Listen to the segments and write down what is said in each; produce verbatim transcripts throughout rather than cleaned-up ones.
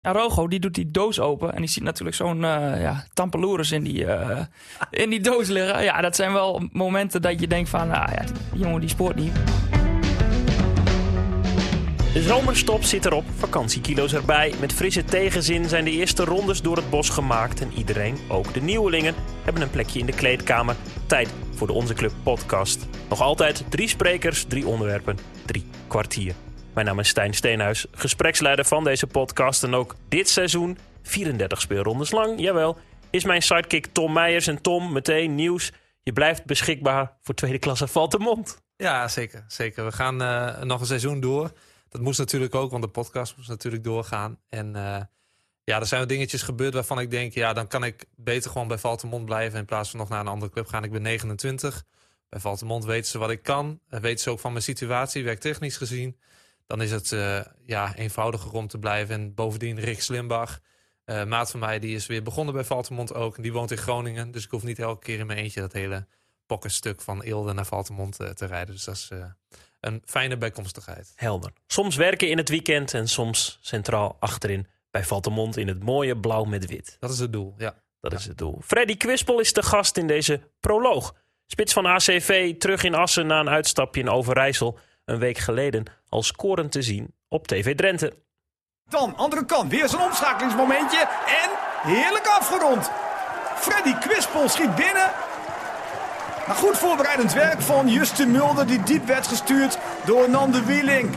Ja, Rogo, die doet die doos open. En die ziet natuurlijk zo'n uh, ja, tampeloeres in die, uh, in die doos liggen. Ja, dat zijn wel momenten dat je denkt van... Nou ja, die jongen die spoort niet. De zomerstop zit erop, vakantiekilo's erbij. Met frisse tegenzin zijn de eerste rondes door het bos gemaakt. En iedereen, ook de nieuwelingen, hebben een plekje in de kleedkamer. Tijd voor de Onze Club podcast. Nog altijd drie sprekers, drie onderwerpen, drie kwartier. Mijn naam is Stijn Steenhuis, gespreksleider van deze podcast. En ook dit seizoen, vierendertig speelrondes lang, jawel, is mijn sidekick Tom Meijers. En Tom, meteen nieuws. Je blijft beschikbaar voor tweede klasse Valthermond. Ja, zeker. zeker. We gaan uh, nog een seizoen door. Dat moest natuurlijk ook, want de podcast moest natuurlijk doorgaan. En uh, ja, er zijn wat dingetjes gebeurd waarvan ik denk... ja, dan kan ik beter gewoon bij Valthermond blijven... in plaats van nog naar een andere club gaan. Ik ben negenentwintig. Bij Valthermond weten ze wat ik kan. Uh, weten ze ook van mijn situatie, werktechnisch gezien. Dan is het uh, ja, eenvoudiger om te blijven. En bovendien Rick Slimbach, uh, maat van mij... die is weer begonnen bij Valthermond ook. En die woont in Groningen. Dus ik hoef niet elke keer in mijn eentje... dat hele pocketstuk van Eelde naar Valthermond uh, te rijden. Dus dat is... Uh, een fijne bijkomstigheid. Helder. Soms werken in het weekend en soms centraal achterin bij Valthermond in het mooie blauw met wit. Dat is het doel, ja. Dat ja. is het doel. Freddy Kwispel is de gast in deze proloog. Spits van A C V terug in Assen na een uitstapje in Overijssel. Een week geleden al scorend te zien op T V Drenthe. Dan, andere kant, weer zo'n omschakelingsmomentje en heerlijk afgerond. Freddy Kwispel schiet binnen. Maar goed voorbereidend werk van Justin Mulder die diep werd gestuurd door Nande Wieling.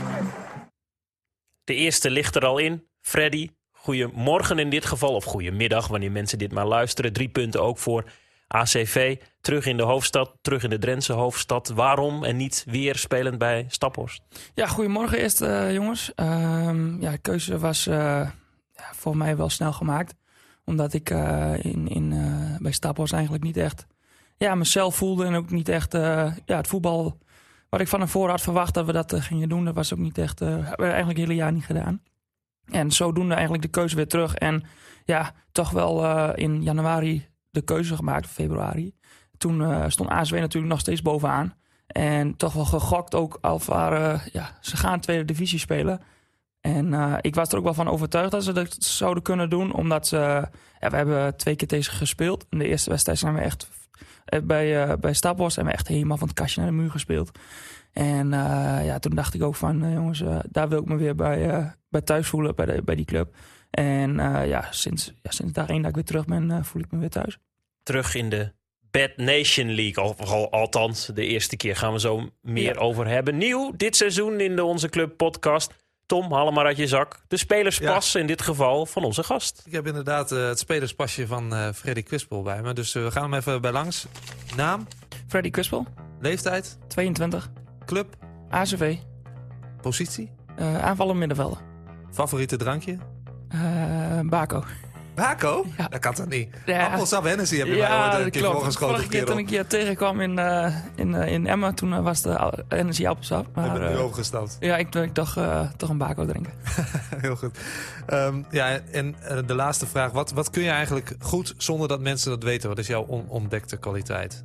De eerste ligt er al in. Freddy, goedemorgen in dit geval. Of goedemiddag wanneer mensen dit maar luisteren. Drie punten ook voor A C V. Terug in de hoofdstad, terug in de Drentse hoofdstad. Waarom en niet weer spelend bij Staphorst? Ja, goedemorgen eerst uh, jongens. Uh, ja, de keuze was uh, ja, voor mij wel snel gemaakt. Omdat ik uh, in, in, uh, bij Staphorst eigenlijk niet echt... Ja, mezelf voelde en ook niet echt uh, ja, het voetbal wat ik van tevoren had verwacht dat we dat uh, gingen doen. Dat was ook niet echt, uh, hebben we eigenlijk het hele jaar niet gedaan. En zodoende eigenlijk de keuze weer terug. En ja, toch wel uh, in januari de keuze gemaakt, februari. Toen uh, stond A S W natuurlijk nog steeds bovenaan. En toch wel gegokt ook al waren, uh, ja, ze gaan tweede divisie spelen. En uh, ik was er ook wel van overtuigd dat ze dat zouden kunnen doen. Omdat ze, uh, ja, we hebben twee keer tegen ze gespeeld. In de eerste wedstrijd zijn we echt... Bij, uh, bij Staphorst hebben we echt helemaal van het kastje naar de muur gespeeld. En uh, ja, toen dacht ik ook van, uh, jongens, uh, daar wil ik me weer bij, uh, bij thuis voelen, bij, de, bij die club. En uh, ja, sinds, ja, sinds dag één dat ik weer terug ben, uh, voel ik me weer thuis. Terug in de Bad Nation League, al, al, althans de eerste keer gaan we zo meer ja. over hebben. Nieuw dit seizoen in de Onze Club podcast. Tom, haal hem maar uit je zak. De spelerspas ja. in dit geval van onze gast. Ik heb inderdaad uh, het spelerspasje van uh, Freddy Kwispel bij me. Dus uh, we gaan hem even bij langs. Naam? Freddy Kwispel. Leeftijd? tweeëntwintig. Club? A C V. Positie? Uh, aanvallen middenvelder. Favoriete drankje? Uh, Bako. Bako? Ja. Dat kan toch niet? Ja. Appelsap Hennessy heb je ja, mij ooit een keer voorgeschoten. Vorige keer toen ik je tegenkwam in, uh, in, uh, in Emmen, toen uh, was de Hennessy appelsap. Maar, ik ben er nu uh, overgestapt. Ja, ik, ik dacht uh, toch een Bako drinken. Heel goed. Um, ja, en uh, de laatste vraag. Wat, wat kun je eigenlijk goed zonder dat mensen dat weten? Wat is jouw onontdekte kwaliteit?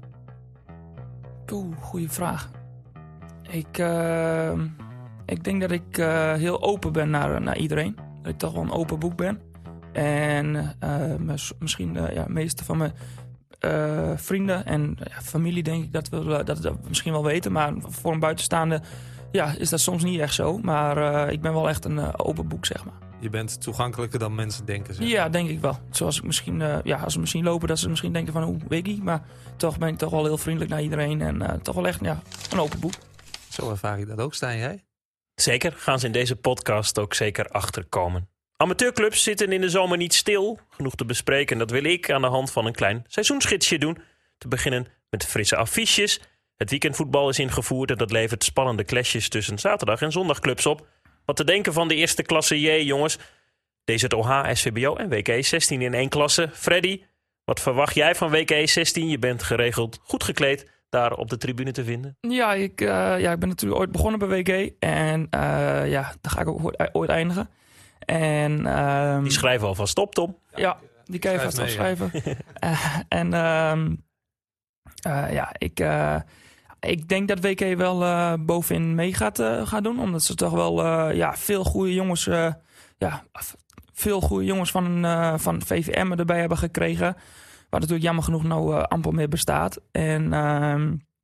Oeh, goede vraag. Ik, uh, ik denk dat ik uh, heel open ben naar, naar iedereen. Dat ik toch wel een open boek ben. En uh, misschien de uh, ja, meeste van mijn uh, vrienden en ja, familie denk ik dat we dat, dat we misschien wel weten. Maar voor een buitenstaande ja, is dat soms niet echt zo. Maar uh, ik ben wel echt een uh, open boek, zeg maar. Je bent toegankelijker dan mensen denken, zeg. Ja, denk ik wel. Zoals ik misschien, uh, ja, als ze misschien lopen, dat ze misschien denken van, hoe weet ik. Maar toch ben ik toch wel heel vriendelijk naar iedereen. En uh, toch wel echt ja, een open boek. Zo ervaar ik dat ook, Stijn, jij? Zeker, gaan ze in deze podcast ook zeker achterkomen. Amateurclubs zitten in de zomer niet stil. Genoeg te bespreken, dat wil ik aan de hand van een klein seizoensgidsje doen. Te beginnen met frisse affiches. Het weekendvoetbal is ingevoerd en dat levert spannende clashes tussen zaterdag- en zondagclubs op. Wat te denken van de eerste klasse J, jongens. D Z O H, S V B O en W K E zestien in één klasse. Freddy, wat verwacht jij van W K E zestien? Je bent geregeld goed gekleed daar op de tribune te vinden. Ja, ik, uh, ja, ik ben natuurlijk ooit begonnen bij W K E. En uh, ja, daar ga ik ook ooit, ooit eindigen. En, um, die schrijven alvast op, Tom. Ja, die kan je Schrijf vast mee, opschrijven. uh, en um, uh, ja, ik, uh, ik denk dat W K E wel uh, bovenin mee gaat, uh, gaat doen. Omdat ze toch wel uh, ja, veel goede jongens... Uh, ja, veel goede jongens van, uh, van V V M erbij hebben gekregen. Waar natuurlijk jammer genoeg nou uh, amper meer bestaat. En uh,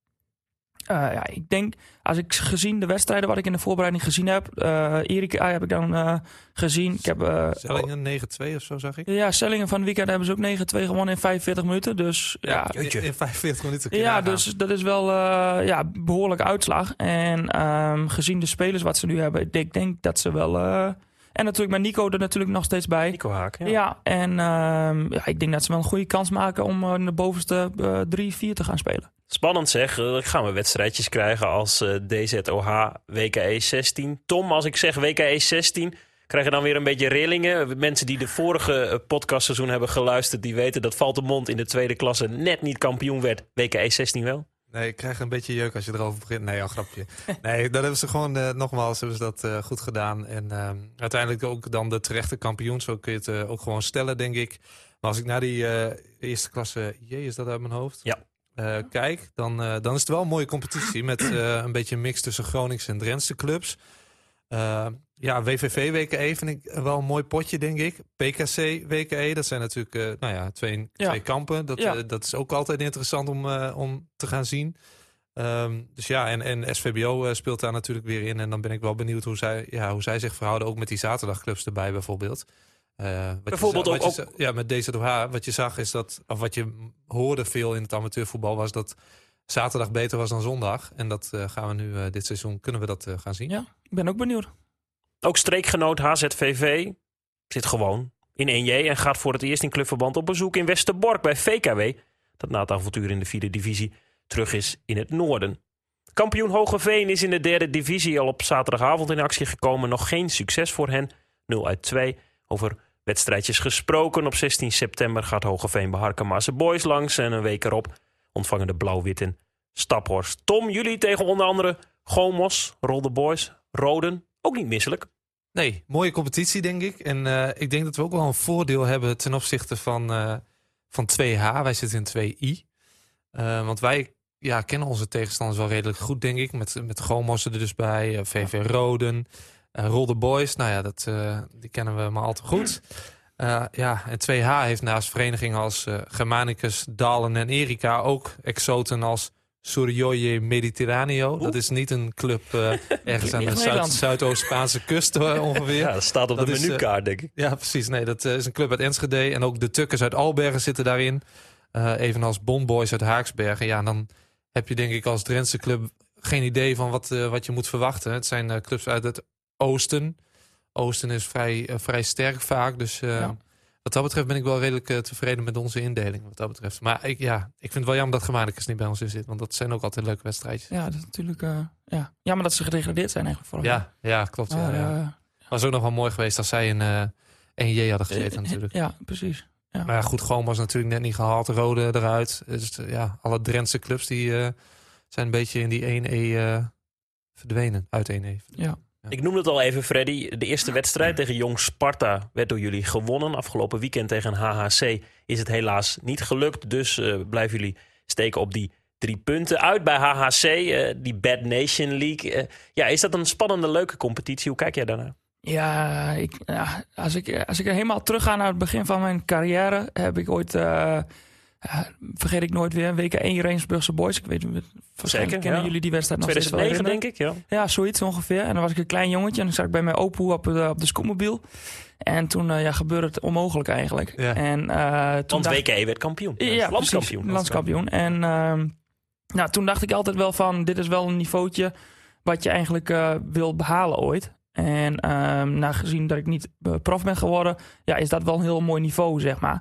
uh, ja, ik denk, als ik gezien de wedstrijden wat ik in de voorbereiding gezien heb. Uh, Erika heb ik dan uh, gezien. Ik heb, uh, Sellingen negen twee of zo zag ik. Ja, Sellingen van het weekend hebben ze ook negen twee gewonnen in vijfenveertig minuten. Dus ja, ja in, in vijfenveertig minuten. Ja, dus dat is wel uh, ja, behoorlijke uitslag. En um, gezien de spelers wat ze nu hebben, ik denk, denk dat ze wel... Uh, en natuurlijk met Nico er natuurlijk nog steeds bij. Nico Haak, ja. Ja, en uh, ja, ik denk dat ze wel een goede kans maken om uh, de bovenste uh, drie vier te gaan spelen. Spannend zeg. Dan gaan we wedstrijdjes krijgen als uh, D Z O H W K E zestien. Tom, als ik zeg W K E zestien, krijgen dan weer een beetje rillingen. Mensen die de vorige podcastseizoen hebben geluisterd, die weten dat Valtemont in de tweede klasse net niet kampioen werd. W K E zestien wel. Nee, ik krijg een beetje jeuk als je erover begint. Nee, al grapje. Nee, dan hebben ze gewoon, uh, nogmaals, hebben ze dat uh, goed gedaan. En uh, uiteindelijk ook dan de terechte kampioen. Zo kun je het uh, ook gewoon stellen, denk ik. Maar als ik naar die uh, eerste klasse, jee, is dat uit mijn hoofd? Ja. Uh, kijk, dan, uh, dan is het wel een mooie competitie. Met uh, een beetje een mix tussen Groningse en Drentse clubs. Uh, ja, W V V W K E vind ik wel een mooi potje, denk ik. P K C W K E, dat zijn natuurlijk uh, nou ja, twee, ja. twee kampen. Dat, ja. uh, dat is ook altijd interessant om, uh, om te gaan zien. Um, dus ja, en, en S V B O uh, speelt daar natuurlijk weer in. En dan ben ik wel benieuwd hoe zij, ja, hoe zij zich verhouden. Ook met die zaterdagclubs erbij bijvoorbeeld. Uh, wat bijvoorbeeld je, ook... wat je, ja, met D Z O H, wat je zag is dat... Of wat je hoorde veel in het amateurvoetbal was dat... zaterdag beter was dan zondag. En dat uh, gaan we nu uh, dit seizoen, kunnen we dat uh, gaan zien. Ja, ik ben ook benieuwd. Ook streekgenoot H Z V V zit gewoon in één J en gaat voor het eerst in clubverband op bezoek in Westerbork bij V K W. Dat na het avontuur in de vierde divisie terug is in het noorden. Kampioen Hogeveen is in de derde divisie al op zaterdagavond in actie gekomen. Nog geen succes voor hen. nul uit twee. Over wedstrijdjes gesproken. Op zestien september gaat Hogeveen bij Harkemaarse Boys langs. En een week erop ontvangen de Blauw-Witten Staphorst. Tom, jullie tegen onder andere Gomos, Rolde Boys, Roden. Ook niet misselijk. Nee, mooie competitie denk ik. En uh, ik denk dat we ook wel een voordeel hebben ten opzichte van, uh, van twee H. Wij zitten in twee I. Uh, want wij ja, kennen onze tegenstanders wel redelijk goed, denk ik. Met, met Gomos er dus bij, uh, V V Roden, uh, Rolde Boys. Nou ja, dat, uh, die kennen we maar al te goed. Uh, ja, en twee H heeft naast verenigingen als uh, Germanicus, Dalen en Erika ook exoten als Suryoye Mediterraneo. Oeh. Dat is niet een club uh, ergens aan de Zuid- Zuidoost-Spaanse kust uh, ongeveer. Ja, dat staat op dat de is, menukaart, denk ik. Ja, precies. Nee, dat uh, is een club uit Enschede. En ook de Tukkers uit Albergen zitten daarin. Uh, evenals Bondboys uit Haaksbergen. Ja, en dan heb je denk ik als Drentse club geen idee van wat, uh, wat je moet verwachten. Het zijn uh, clubs uit het oosten. Oosten is vrij, uh, vrij sterk vaak. Dus uh, ja. wat dat betreft ben ik wel redelijk uh, tevreden met onze indeling. Wat dat betreft. Maar ik, ja, ik vind het wel jammer dat Germanicus niet bij ons in zit. Want dat zijn ook altijd leuke wedstrijdjes. Ja, dat is natuurlijk uh, ja. jammer dat ze gedegradeerd zijn eigenlijk. Voor ja, ja, klopt. Maar, ja, ja. Uh, was ook nog wel mooi geweest als zij in uh, één J hadden gezeten natuurlijk. Ja, precies. Ja. Maar ja, goed, gewoon was natuurlijk net niet gehaald. Rode eruit. Dus ja, alle Drentse clubs die uh, zijn een beetje in die één E uh, verdwenen. Uit één E. Ja. Ja. Ik noemde het al even, Freddy. De eerste wedstrijd tegen Jong Sparta werd door jullie gewonnen. Afgelopen weekend tegen H H C is het helaas niet gelukt. Dus uh, blijven jullie steken op die drie punten. Uit bij H H C, uh, die Bad Nation League. Uh, ja, is dat een spannende, leuke competitie? Hoe kijk jij daarnaar? Ja, ik, ja als, ik, als ik er helemaal terug ga naar het begin van mijn carrière, heb ik ooit, uh, uh, vergeet ik nooit weer, W K één Rijnsburgse Boys. Ik weet, waarschijnlijk kennen ja. jullie die wedstrijd nog steeds tweeduizend negen denk ik, ja. Ja, zoiets ongeveer. En dan was ik een klein jongetje en dan zat ik bij mijn opoe op de, op de scootmobiel. En toen uh, ja, gebeurde het onmogelijk eigenlijk. Ja. En, uh, toen Want dacht, W K E werd kampioen. Ja, ja landskampioen. Precies, landskampioen. En uh, nou, toen dacht ik altijd wel van, dit is wel een niveautje wat je eigenlijk uh, wil behalen ooit. En um, nou, gezien dat ik niet uh, prof ben geworden, ja, is dat wel een heel mooi niveau, zeg maar.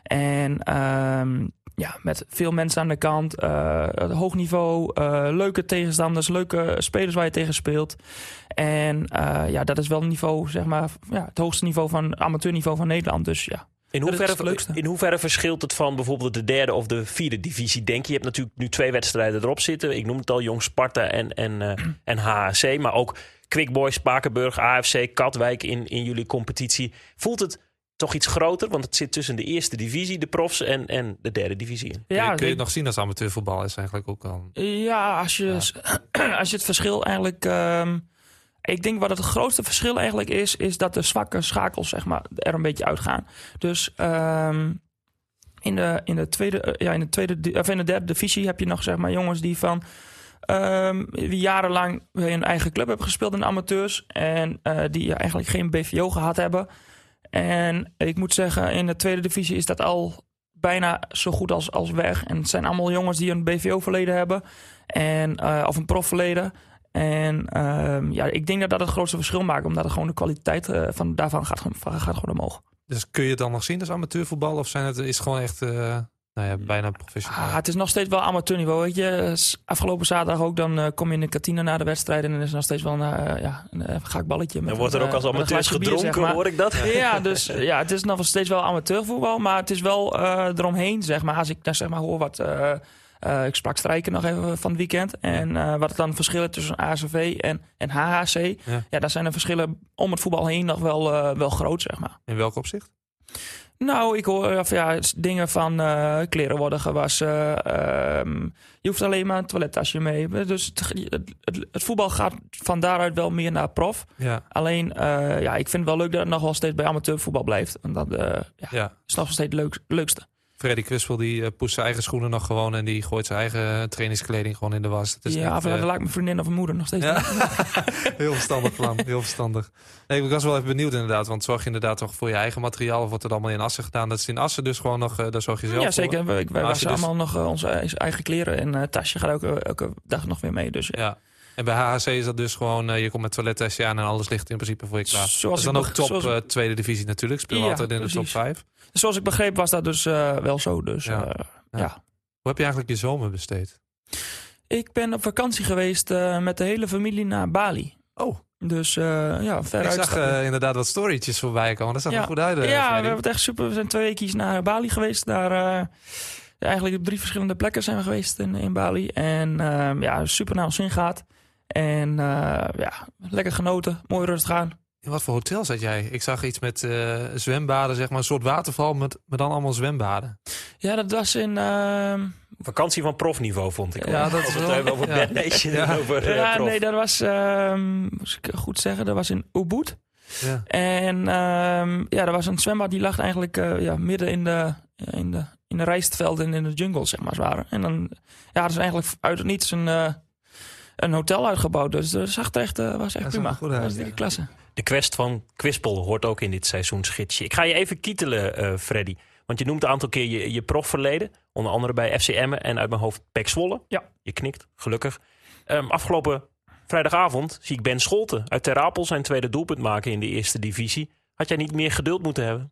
En um, ja, met veel mensen aan de kant, uh, hoog niveau, uh, leuke tegenstanders, leuke spelers waar je tegen speelt. En uh, ja, dat is wel een niveau, zeg maar, ja, het hoogste niveau van amateurniveau van Nederland. Dus ja. In hoeverre, in hoeverre verschilt het van bijvoorbeeld de derde of de vierde divisie? Denk je, je hebt natuurlijk nu twee wedstrijden erop zitten. Ik noem het al, Jong Sparta en, en, uh, en H H C. Maar ook Quick Boys, Spakenburg, A F C, Katwijk in, in jullie competitie. Voelt het toch iets groter? Want het zit tussen de eerste divisie, de profs, en, en de derde divisie in. Ja, kun je, kun je het nog zien als amateurvoetbal is eigenlijk ook al? Ja, als je, ja. als je het verschil eigenlijk um, ik denk wat het grootste verschil eigenlijk is, is dat de zwakke schakels zeg maar, er een beetje uitgaan. Dus um, in, de, in, de tweede, ja, in, de tweede, of in de derde divisie heb je nog zeg maar, jongens die van um, die jarenlang bij een eigen club hebben gespeeld in de amateurs. En uh, die ja, eigenlijk geen B V O gehad hebben. En ik moet zeggen, in de tweede divisie is dat al bijna zo goed als, als weg. En het zijn allemaal jongens die een B V O-verleden hebben. En, uh, of een profverleden. En uh, ja, ik denk dat dat het grootste verschil maakt. Omdat het gewoon de kwaliteit uh, van, daarvan gaat, gaat gewoon omhoog. Dus kun je het dan nog zien als amateurvoetbal? Of zijn het, is het gewoon echt uh, nou ja, bijna professioneel? Ah, het is nog steeds wel amateurniveau. Weet je. Afgelopen zaterdag ook, dan uh, kom je in de kantine na de wedstrijd. En dan is er nog steeds wel een, uh, ja, een uh, gaakballetje. Dan wordt er ook als amateurs gedronken, bier, zeg maar. Hoor ik dat? Ja, dus ja, het is nog steeds wel amateurvoetbal. Maar het is wel uh, eromheen, zeg maar. Als ik dan zeg maar hoor wat... Uh, Uh, ik sprak Strijker nog even van het weekend. En uh, wat het dan verschillen tussen A C V en, en H H C. Ja. ja, daar zijn de verschillen om het voetbal heen nog wel, uh, wel groot, zeg maar. In welk opzicht? Nou, ik hoor of ja, dingen van uh, kleren worden gewassen. Uh, um, je hoeft alleen maar een toilettasje mee. Dus het, het, het, het voetbal gaat van daaruit wel meer naar prof. Ja. Alleen, uh, ja, ik vind het wel leuk dat het nog wel steeds bij amateurvoetbal blijft. En dat uh, ja, ja. is nog steeds het leuk, leukste. Freddy Quispel die uh, poest zijn eigen schoenen nog gewoon... en die gooit zijn eigen trainingskleding gewoon in de was. Het is ja, niet, uh... dat lijkt mijn vriendin of mijn moeder nog steeds. Ja. Heel verstandig plan, heel verstandig. Nee, ik was wel even benieuwd inderdaad... want zorg je inderdaad toch voor je eigen materiaal... of wordt het allemaal in Assen gedaan? Dat is in Assen dus gewoon nog... Uh, daar zorg je zelf ja, zeker. voor. Wij, wij wassen dus... allemaal nog uh, onze eigen kleren... en uh, tasje gaat elke, elke dag nog weer mee. Dus, ja. ja. En bij H H C is dat dus gewoon... Uh, je komt met toilettasje aan en alles ligt in principe voor je klaar. Zoals dat is dan ook top zoals... uh, tweede divisie natuurlijk. Speel ja, altijd in precies. de top vijf. Zoals ik begreep was dat dus uh, wel zo. Dus, ja. Uh, ja. ja. Hoe heb je eigenlijk je zomer besteed? Ik ben op vakantie geweest uh, met de hele familie naar Bali. Oh. Dus uh, ja, ver Ik zag uh, inderdaad wat storytjes voorbij komen. Dat zag ja. er goed uit. Uh, ja, Freddy. We hebben het echt super. We zijn twee weekjes naar Bali geweest. Daar uh, eigenlijk op drie verschillende plekken zijn we geweest in, in Bali. En uh, ja, super naar ons zin gaat. En uh, ja, lekker genoten. Mooi rustig aan. In wat voor hotel zat jij? Ik zag iets met uh, zwembaden, zeg maar. Een soort waterval met, met dan allemaal zwembaden. Ja, dat was in... Uh... Vakantie van profniveau, vond ik. Ja, dat is wel... Even over ja. Bad Nation ja. en over uh, Ja, prof. nee, dat was... Uh, moet ik goed zeggen, dat was in Ubud. Ja. En uh, ja, dat was een zwembad die lag eigenlijk uh, ja, midden in de, in de, in de rijstvelden en in de jungle, zeg maar, zware. En dan... Ja, dat is eigenlijk uit het niets een... Uh, een hotel uitgebouwd. Dus dat zag het echt, uh, was echt prima. Dat was dikke klasse. De quest van Quispel hoort ook in dit seizoensgidsje. Ik ga je even kietelen, uh, Freddy. Want je noemt een aantal keer je, je profverleden. Onder andere bij F C Emmen en uit mijn hoofd P E C Zwolle. Ja. Je knikt, gelukkig. Um, afgelopen vrijdagavond zie ik Ben Scholten uit Ter Apel zijn tweede doelpunt maken in de eerste divisie. Had jij niet meer geduld moeten hebben?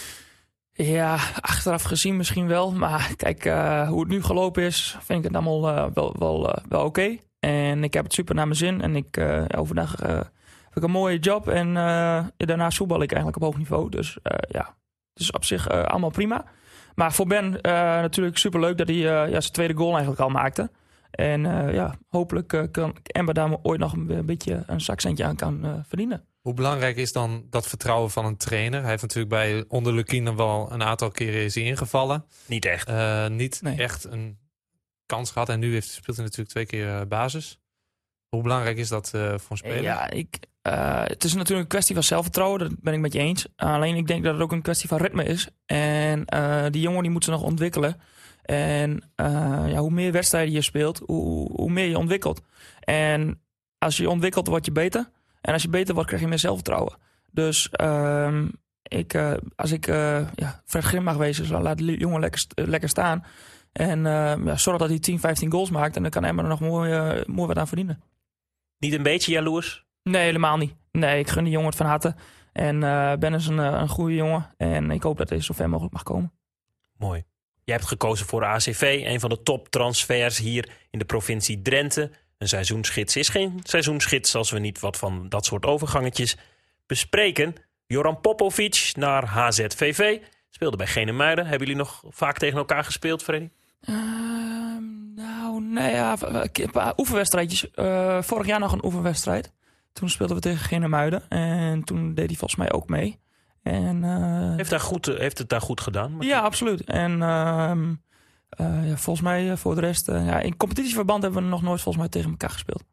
Ja, achteraf gezien misschien wel. Maar kijk, uh, hoe het nu gelopen is, vind ik het allemaal uh, wel, wel, uh, wel oké. Okay. En ik heb het super naar mijn zin. En ik uh, overdag uh, heb ik een mooie job. En uh, daarnaast voetbal ik eigenlijk op hoog niveau. Dus uh, ja, dus op zich uh, allemaal prima. Maar voor Ben uh, natuurlijk super leuk dat hij uh, ja, zijn tweede goal eigenlijk al maakte. En uh, ja, hopelijk uh, kan Ember daar ooit nog een, een beetje een zakcentje aan kan uh, verdienen. Hoe belangrijk is dan dat vertrouwen van een trainer? Hij heeft natuurlijk bij onder Lukien wel een aantal keren is hij ingevallen. Niet echt. Uh, niet nee. echt een kans gehad. En nu heeft, speelt hij natuurlijk twee keer uh, basis. Hoe belangrijk is dat uh, voor een speler? Ja, ik, uh, het is natuurlijk een kwestie van zelfvertrouwen. Dat ben ik met je eens. Uh, alleen ik denk dat het ook een kwestie van ritme is. En uh, die jongen die moet ze nog ontwikkelen. En uh, ja, hoe meer wedstrijden je speelt, hoe, hoe meer je ontwikkelt. En als je ontwikkelt, word je beter. En als je beter wordt, krijg je meer zelfvertrouwen. Dus uh, ik, uh, als ik uh, ja, Fred Grim mag wezen, dus laat de jongen lekker, uh, lekker staan. En uh, ja, zorg dat hij tien, vijftien goals maakt. En dan kan Emmer er nog mooi, uh, mooi wat aan verdienen. Niet een beetje jaloers? Nee, helemaal niet. Nee, ik gun die jongen het van harte. En uh, Ben is een, een goede jongen. En ik hoop dat hij zo ver mogelijk mag komen. Mooi. Jij hebt gekozen voor de A C V. Een van de toptransfers hier in de provincie Drenthe. Een seizoensgids is geen seizoensgids als we niet wat van dat soort overgangetjes bespreken. Joran Popovic naar H Z V V. Speelde bij Genemuiden. Hebben jullie nog vaak tegen elkaar gespeeld, Freddy? Uh, nou, nee, ja, een paar oefenwedstrijdjes. Uh, vorig jaar nog een oefenwedstrijd. Toen speelden we tegen Genemuiden. En toen deed hij volgens mij ook mee. En, uh, heeft, daar goed, heeft het daar goed gedaan? Ja, absoluut. En uh, uh, ja, volgens mij uh, voor de rest... Uh, ja, in competitieverband hebben we nog nooit volgens mij tegen elkaar gespeeld.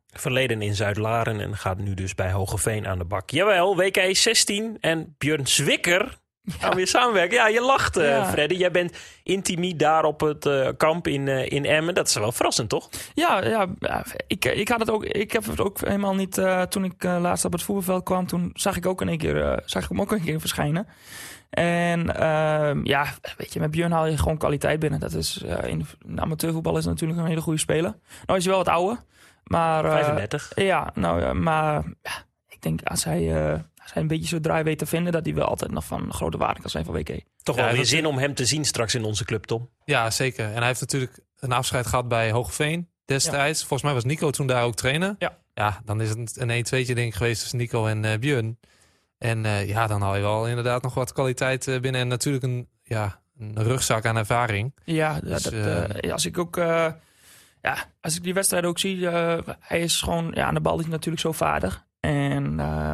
Verleden in Zuid-Laren en gaat nu dus bij Hoogeveen aan de bak. Jawel, W K zestien en Björn Zwicker gaan weer samenwerken. Ja, je lacht, uh, Ja. Freddy. Jij bent intimi daar op het uh, kamp in, uh, in Emmen. Dat is wel verrassend, toch? Ja, ja, ja, ik, ik had het ook. Ik heb het ook helemaal niet. Uh, toen ik uh, laatst op het voetbalveld kwam, toen zag ik ook in één keer, uh, zag ik hem ook een keer verschijnen. En uh, ja, weet je, met Björn haal je gewoon kwaliteit binnen. Dat is uh, in de amateurvoetbal is natuurlijk een hele goede speler. Nou is hij wel wat ouder, maar uh, vijfendertig. Ja, nou ja, maar ja, ik denk als hij, uh, als hij een beetje zo draai weet te vinden, dat hij wel altijd nog van grote waarde kan zijn voor W K. Toch Ja, wel weer dat- zin om hem te zien straks in onze club, Tom. Ja, zeker. En hij heeft natuurlijk een afscheid gehad bij Hoogeveen destijds. Volgens mij was Nico toen daar ook trainer. Ja. Ja, dan is het een een-tweetje ding geweest tussen Nico en uh, Björn. En uh, ja, dan haal je wel inderdaad nog wat kwaliteit uh, binnen. En natuurlijk een, ja, een rugzak aan ervaring. Ja, Dus, dat, uh, uh, als ik ook, uh, ja, als ik die wedstrijd ook zie, uh, hij is gewoon, ja, aan de bal is hij natuurlijk zo vaardig. En uh,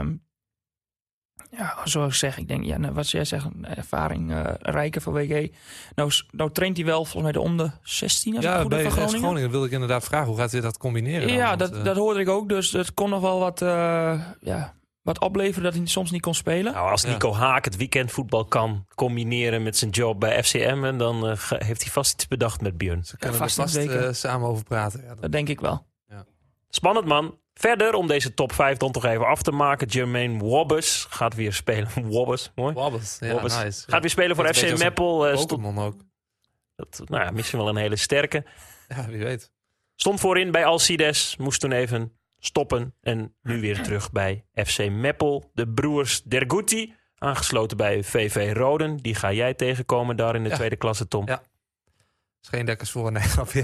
ja, zoals ik zeg, ik denk, ja, nou, wat jij zegt, ervaring uh, rijker voor W G. Nou, nou traint hij wel volgens mij de onder zestien, als ik Ja, goed heb, bij van Groningen. Groningen. Groningen wilde ik inderdaad vragen. Hoe gaat hij dat combineren dan? Ja, Want, dat, uh, dat hoorde ik ook. Dus het kon nog wel wat, uh, ja, wat opleveren dat hij soms niet kon spelen. Nou, als Ja. Nico Haak het weekendvoetbal kan combineren met zijn job bij F C Emmen, dan uh, ge- heeft hij vast iets bedacht met Björn. Ze kunnen vast er niet vast zeker. uh, samen over praten. Ja, dat- Dat denk ik wel. Spannend, man. Verder, om deze top vijf dan toch even af te maken. Jermaine Wobbes gaat weer spelen. Wobbes, mooi. Wobbes. Ja, Wobbes. nice. Gaat weer spelen voor Dat F is C een beetje Meppel. Uh, stond, Pokémon ook. dat, nou ja, misschien wel een hele sterke. Ja, wie weet. Stond voorin bij Alcides. Moest toen even stoppen. En nu weer terug bij F C Meppel. De broers Derguti. Aangesloten bij V V Roden. Die ga jij tegenkomen daar in de Ja. tweede klasse, Tom. Ja. Is geen dekkers voor, nee, grapje.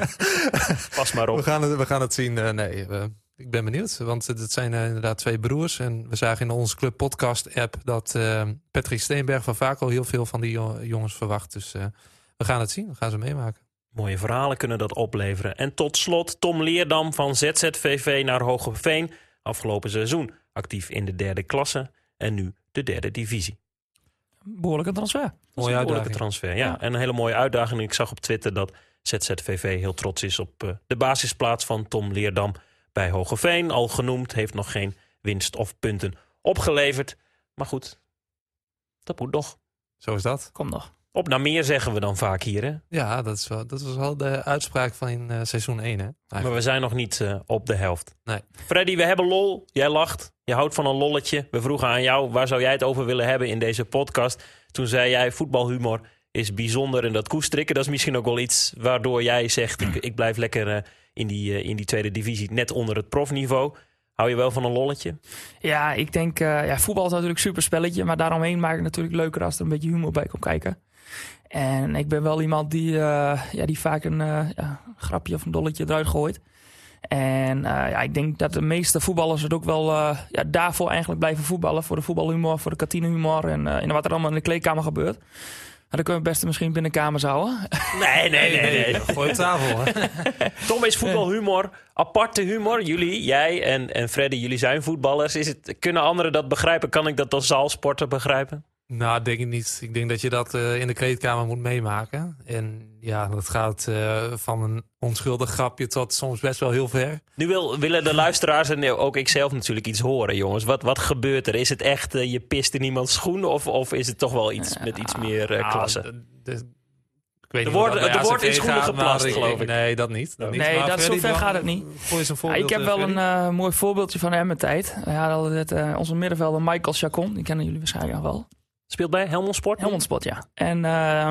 Pas maar op. We gaan het, we gaan het zien. Uh, nee, uh, ik ben benieuwd. Want het zijn uh, inderdaad twee broers. En we zagen in onze Club Podcast app dat uh, Patrick Steenberg van Vaco heel veel van die jo- jongens verwacht. Dus uh, we gaan het zien. We gaan ze meemaken. Mooie verhalen kunnen dat opleveren. En tot slot Tom Leerdam van Z Z V V naar Hoogeveen. Afgelopen seizoen actief in de derde klasse. En nu de derde divisie. Behoorlijke transfer. Dat is Mooie een behoorlijke uitdaging. transfer. Ja. Ja. En een hele mooie uitdaging. Ik zag op Twitter dat Z Z V V heel trots is op uh, de basisplaats van Tom Leerdam bij Hoogeveen. Al genoemd, heeft nog geen winst of punten opgeleverd. Maar goed, dat moet nog. Zo is dat. Kom nog. Op naar meer zeggen we dan vaak hier. Hè? Ja, dat, is wel, dat was wel de uitspraak van in, uh, seizoen één. Hè? Maar we zijn nog niet uh, op de helft. Nee. Freddy, we hebben lol. Jij lacht. Je houdt van een lolletje. We vroegen aan jou, waar zou jij het over willen hebben in deze podcast? Toen zei jij, voetbalhumor is bijzonder en dat koestrikken. Dat is misschien ook wel iets waardoor jij zegt, ik, ik blijf lekker uh, in, die, uh, in die tweede divisie, net onder het profniveau. Hou je wel van een lolletje? Ja, ik denk, uh, ja, voetbal is natuurlijk een super spelletje, maar daaromheen maakt het natuurlijk leuker als er een beetje humor bij komt kijken. En ik ben wel iemand die, uh, ja, die vaak een uh, ja, grapje of een dolletje eruit gooit. En uh, ja, ik denk dat de meeste voetballers het ook wel uh, ja, daarvoor eigenlijk blijven voetballen. Voor de voetbalhumor, voor de kantinehumor en, uh, en wat er allemaal in de kleedkamer gebeurt. Maar dan kunnen we het beste misschien binnenkamers houden. Nee, nee, nee. nee. Gooi op tafel. Hè? Tom, is voetbalhumor aparte humor? Jullie, jij en, en Freddy, jullie zijn voetballers. Is het, kunnen anderen dat begrijpen? Kan ik dat als zaalsporter begrijpen? Nou, denk ik niet. Ik denk dat je dat uh, in de kleedkamer moet meemaken. En ja, dat gaat uh, van een onschuldig grapje tot soms best wel heel ver. Nu wil, willen de luisteraars en ook ikzelf natuurlijk iets horen, jongens. Wat, wat gebeurt er? Is het echt uh, je pist in iemands schoen? Of, of is het toch wel iets met iets meer uh, klasse? Nou, de, de, ik weet Er niet wordt- hoe dat bij er wordt A C V in schoenen gaat, geplast, maar geloof ik. Nee, dat niet. Dat niet. Nee, Maar dat Freddy, zover dan- gaat het niet. Gooi eens een Ja, voorbeeld. ik heb uh, wel Freddy. een uh, mooi voorbeeldje van hem tijd. We hadden het, uh, onze middenvelder Michael Chacon, die kennen jullie waarschijnlijk nog wel. Speelt bij Helmond Sport? Helmond Sport, ja. En, uh,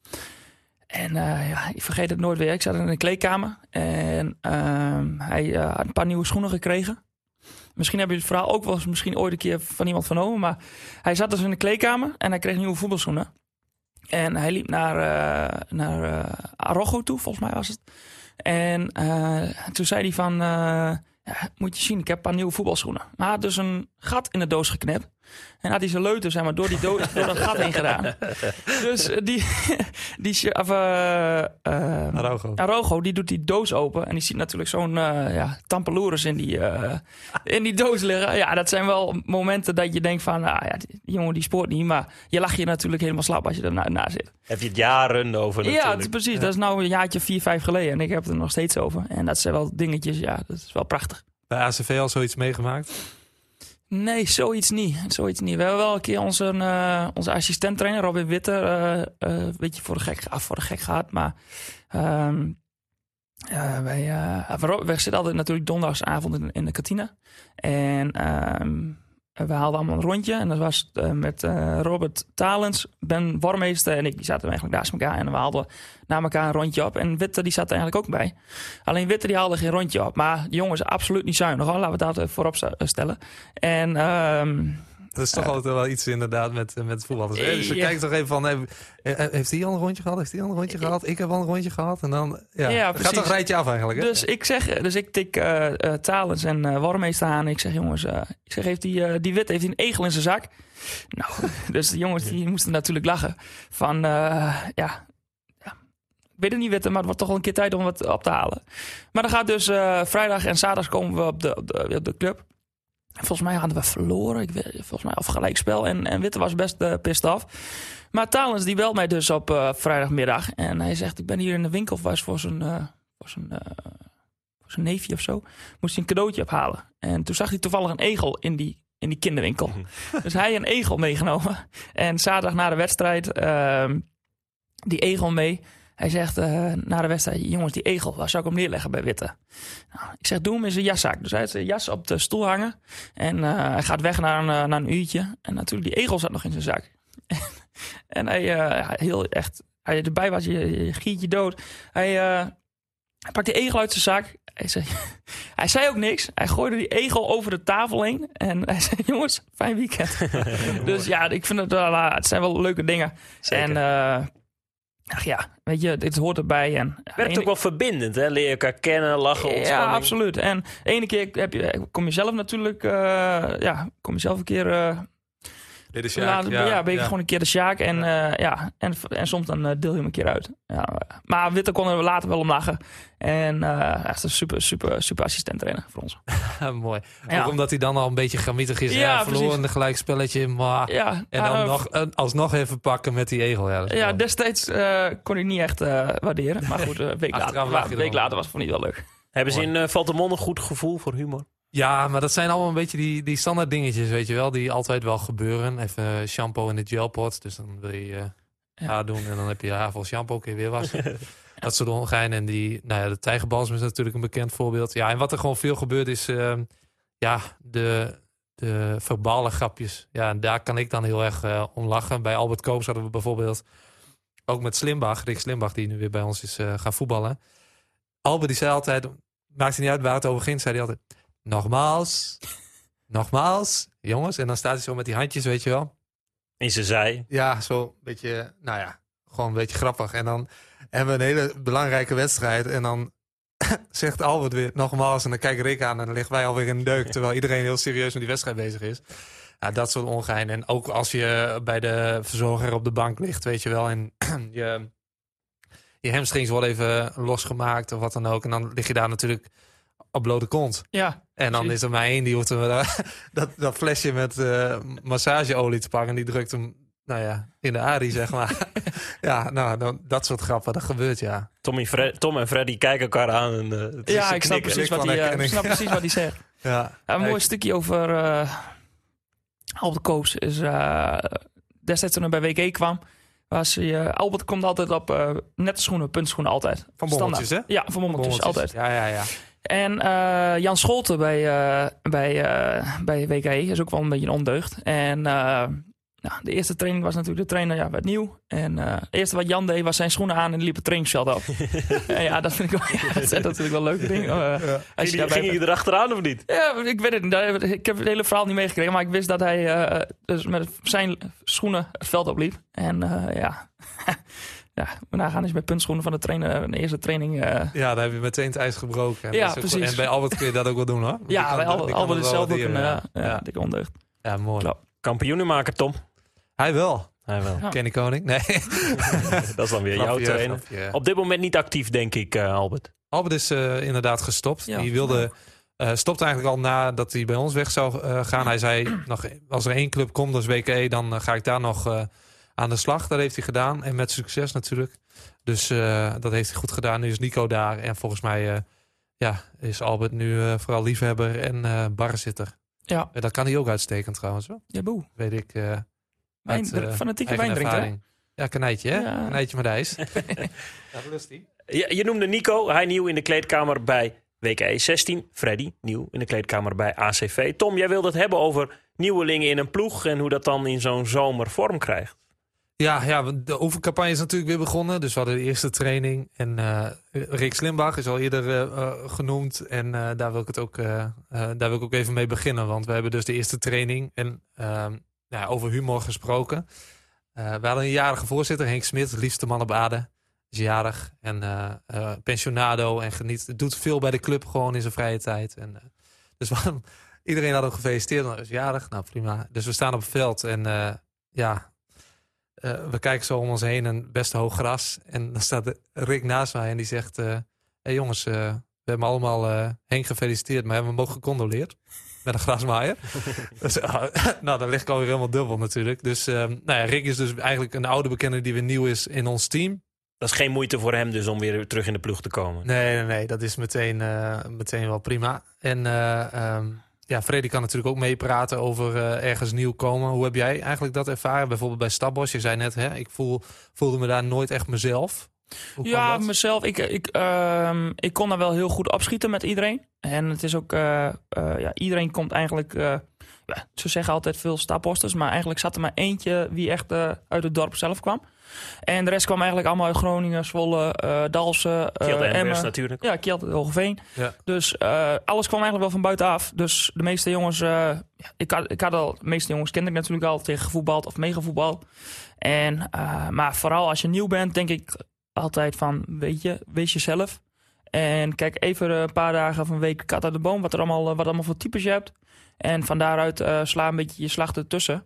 en uh, ja, ik vergeet het nooit weer. Ik zat in de kleedkamer en uh, hij uh, had een paar nieuwe schoenen gekregen. Misschien heb je het verhaal ook wel eens misschien ooit een keer van iemand vernomen. Maar hij zat dus in de kleedkamer en hij kreeg nieuwe voetbalschoenen. En hij liep naar, uh, naar uh, Arrojo toe, volgens mij was het. En uh, toen zei hij van, uh, ja, moet je zien, ik heb een paar nieuwe voetbalschoenen. Maar hij had dus een gat in de doos geknipt. En had hij zijn leuter, zeg maar, door, die doos, door dat gat heen gedaan. Dus uh, die, die of, uh, uh, Araujo. Araujo, die doet die doos open. En die ziet natuurlijk zo'n uh, ja, tampeloeres in die, uh, in die doos liggen. Ja, dat zijn wel momenten dat je denkt van, nou ja, die jongen die spoort niet. Maar je lacht je natuurlijk helemaal slap als je ernaar na zit. Heb je het jaren over Ja, natuurlijk. het is precies. Dat is nou een jaartje vier, vijf geleden. En ik heb het er nog steeds over. En dat zijn wel dingetjes, ja, dat is wel prachtig. bij A C V al zoiets meegemaakt? Nee, zoiets niet. Zoiets niet. We hebben wel een keer onze, uh, onze assistent-trainer, Robin Witter, uh, uh, een beetje voor de gek, af voor de gek gehad. Maar um, uh, wij, uh, wij zitten altijd natuurlijk donderdagsavond in, in de kantine. En um, we haalden allemaal een rondje. En dat was uh, met uh, Robert Talens, Ben Wormeester en ik. Die zaten eigenlijk naast elkaar. En we haalden na elkaar een rondje op. En Witte die zat er eigenlijk ook bij. Alleen Witte die haalde geen rondje op. Maar die jongen is absoluut niet zuinig. Hoor. Laten we dat voorop stellen. En... Um, dat is toch uh, altijd wel iets inderdaad met, met voetballers. Uh, dus je ja. kijkt toch even van... Hey, heeft hij al een rondje gehad? Heeft hij al een rondje gehad? Ik heb al een rondje gehad. En dan ja, ja, gaat toch een rijtje af eigenlijk. Hè? Dus ik zeg, dus ik tik uh, uh, Talens en uh, Wormeester aan. Ik zeg, jongens, uh, ik zeg, heeft die, uh, die Witte heeft hij een egel in zijn zak? Nou, dus de jongens die moesten natuurlijk lachen. Van, uh, ja... Ik weet het niet, Witte, maar het wordt toch wel een keer tijd om wat op te halen. Maar dan gaat dus uh, vrijdag en zaterdag komen we op de, op de, op de club. Volgens mij hadden we verloren. Ik weet, volgens mij of gelijkspel. En, en Witte was best uh, pissed af. Maar Talens die belt mij dus op uh, vrijdagmiddag. En hij zegt, ik ben hier in de winkel was voor zijn, uh, voor zijn, uh, voor zijn neefje of zo. Moest hij een cadeautje ophalen. En toen zag hij toevallig een egel in die, in die kinderwinkel. Dus hij een egel meegenomen. En zaterdag na de wedstrijd uh, die egel mee. Hij zegt uh, na de wedstrijd, jongens, die egel, waar zou ik hem neerleggen bij Witte? Nou, ik zeg, doe hem in zijn jaszak. Dus hij heeft zijn jas op de stoel hangen. En uh, hij gaat weg naar een, uh, naar een uurtje. En natuurlijk, die egel zat nog in zijn zak. en hij, uh, heel echt, hij erbij was, je, je giet je dood. Hij, uh, hij pakt die egel uit zijn zak. Hij zei, hij zei ook niks. Hij gooide die egel over de tafel heen. En hij zei, jongens, fijn weekend. Dus ja, ik vind het wel, uh, het zijn wel leuke dingen. Zeker. En... Uh, Ach ja, weet je, dit hoort erbij. En het werkt ene... ook wel verbindend, hè? Leer je elkaar kennen, lachen, ontspanning. Ja, absoluut. En de ene keer heb je, kom je zelf natuurlijk... Uh, ja, kom je zelf een keer... Uh, de de Sjaak, laten, ja, ja, ben je ja. gewoon een keer de Sjaak. En, uh, ja, en, en soms dan uh, deel je hem een keer uit. Ja, maar Witte kon er later wel om lachen. En uh, echt een super, super, super assistent trainer voor ons. Mooi. Ja. Ook omdat hij dan al een beetje gamietig is. Ja, hè? Verloren een gelijkspelletje. Maar... Ja, en dan uh, nog, alsnog even pakken met die egel. Ja, ja destijds uh, kon ik niet echt uh, waarderen. Maar goed, een uh, week, later, la, week later was het voor niet wel leuk. Hebben ze in uh, Valtemont een goed gevoel voor humor? Ja, maar dat zijn allemaal een beetje die, die standaard dingetjes, weet je wel. Die altijd wel gebeuren. Even shampoo in de gelpot. Dus dan wil je uh, ja. haar doen. En dan heb je haar vol shampoo, kun je weer wassen. Dat soort ongein. En die, nou ja, de tijgerbalsem is natuurlijk een bekend voorbeeld. Ja, en wat er gewoon veel gebeurt is... Uh, ja, de, de verbale grapjes. Ja, en daar kan ik dan heel erg uh, om lachen. Bij Albert Koops hadden we bijvoorbeeld... ook met Slimbach, Rick Slimbach, die nu weer bij ons is uh, gaan voetballen. Albert die zei altijd... maakt niet uit waar het over ging, zei hij altijd... Nogmaals, nogmaals, jongens. En dan staat hij zo met die handjes, weet je wel. In zijn zij. Ja, zo een beetje, nou ja, gewoon een beetje grappig. En dan hebben we een hele belangrijke wedstrijd. En dan zegt Albert weer nogmaals. En dan kijkt Rick aan en dan liggen wij alweer in de deuk. Terwijl iedereen heel serieus met die wedstrijd bezig is. Ja, dat soort ongein. En ook als je bij de verzorger op de bank ligt, weet je wel. En je, je hamstrings worden even losgemaakt of wat dan ook. En dan lig je daar natuurlijk... op blote kont. Ja, en dan precies. is er maar één die hoeft hem, uh, dat, dat flesje met uh, massageolie te pakken. En die drukt hem, nou ja, in de arie, zeg maar. ja, nou, dan, dat soort grappen, dat gebeurt, ja. Tommy Fred, Tom en Freddy kijken elkaar aan. En, uh, het ja, is ik snap precies, wat hij, uh, snap precies wat hij zegt. ja, ja, een mooi ik... stukje over uh, Albert Koops. Is, uh, destijds toen hij bij W G kwam, was hij... Uh, Albert komt altijd op uh, nette schoenen, puntschoenen, altijd. Van bommeltjes, hè? Ja, van bommeltjes, altijd. Ja, ja, ja. En uh, Jan Scholten bij, uh, bij, uh, bij W K E is ook wel een beetje een ondeugd. En uh, nou, de eerste training was natuurlijk de trainer, ja, werd nieuw. En uh, het eerste wat Jan deed was zijn schoenen aan en liep het trainingsveld op. En ja, dat vind ik wel, ja, dat zijn natuurlijk wel leuke dingen. Uh, ja. Als je ging, ging je erachteraan of niet? Ja, ik weet het niet. Ik heb het hele verhaal niet meegekregen, maar ik wist dat hij uh, dus met zijn schoenen het veld opliep. En uh, ja... Ja, we nagaan is met puntschoenen van de trainer de eerste training. Uh... Ja, daar heb je meteen het ijs gebroken. En ja, precies. precies. En bij Albert kun je dat ook wel doen, hoor. Ja, kan, bij Albert, Albert is zelf ook een uh, ja, ja. dikke ondeugd. Ja, mooi. Klap. Kampioenenmaker, Tom. Hij wel. Hij wel. Ja. Kenny Koning? Nee. Dat is dan weer jouw trainer. Grapje. Op dit moment niet actief, denk ik, uh, Albert. Albert is uh, inderdaad gestopt. Ja, die wilde... Uh, stopte eigenlijk al nadat hij bij ons weg zou uh, gaan. Hij zei, nog, als er één club komt, dat is W K E, dan uh, ga ik daar nog uh, aan de slag. Dat heeft hij gedaan. En met succes natuurlijk. Dus uh, dat heeft hij goed gedaan. Nu is Nico daar. En volgens mij uh, ja, is Albert nu uh, vooral liefhebber en uh, barzitter. Ja. Uh, dat kan hij ook uitstekend trouwens. Hoor. Ja, boe. Weet ik. Uh, Wijn, uit, uh, fanatieke wijndrinker. Ja, kanijtje, hè? Ja. Kanijtje met ijs. Ja, dat lust hij. Je, je noemde Nico, hij nieuw in de kleedkamer bij W K E zestien. Freddy, nieuw in de kleedkamer bij A C V. Tom, jij wilde het hebben over nieuwelingen in een ploeg en hoe dat dan in zo'n zomer vorm krijgt. Ja, ja, de oefencampagne is natuurlijk weer begonnen. Dus we hadden de eerste training. En uh, Rick Slimbach is al eerder uh, uh, genoemd. En uh, daar, wil ik het ook, uh, uh, daar wil ik ook even mee beginnen. Want we hebben dus de eerste training. En uh, ja, over humor gesproken. Uh, we hadden een jarige voorzitter, Henk Smit. De liefste man op aarde. Is jarig. En uh, uh, pensionado. En geniet. Het doet veel bij de club gewoon in zijn vrije tijd. En, uh, dus we, iedereen had hem gefeliciteerd. Hij is jarig. Nou, prima. Dus we staan op het veld. En uh, ja... Uh, we kijken zo om ons heen en best hoog gras. En dan staat Rick naast mij en die zegt... Uh, hey jongens, uh, we hebben allemaal uh, Henk gefeliciteerd... maar hebben we hem ook gecondoleerd met een grasmaaier. dus, uh, nou, dan ligt ik alweer helemaal dubbel natuurlijk. Dus uh, nou ja, Rick is dus eigenlijk een oude bekende die weer nieuw is in ons team. Dat is geen moeite voor hem dus om weer terug in de ploeg te komen. Nee, nee, nee, dat is meteen, uh, meteen wel prima. En... Uh, um, Ja, Freddy kan natuurlijk ook meepraten over uh, ergens nieuw komen. Hoe heb jij eigenlijk dat ervaren? Bijvoorbeeld bij Stadbos. Je zei net, hè, ik voel, voelde me daar nooit echt mezelf. Hoe ja, mezelf. Ik, ik, uh, ik kon daar wel heel goed opschieten met iedereen. En het is ook... Uh, uh, ja, iedereen komt eigenlijk... Uh, ja, ze zeggen altijd veel Stadbosters. Maar eigenlijk zat er maar eentje wie echt uh, uit het dorp zelf kwam. En de rest kwam eigenlijk allemaal uit Groningen, Zwolle, uh, Dalsen, uh, Emmen. Natuurlijk. Ja, Kiel, Hogeveen. Ja. Dus uh, alles kwam eigenlijk wel van buitenaf. Dus de meeste jongens, uh, ja, ik, had, ik had al, de meeste jongens kende ik natuurlijk al tegen gevoetbald of meegevoetbald. En, uh, maar vooral als je nieuw bent, denk ik altijd van, weet je, wees jezelf. En kijk even een paar dagen of een week kat uit de boom, wat er allemaal, wat allemaal voor types je hebt. En van daaruit uh, sla een beetje je slag ertussen.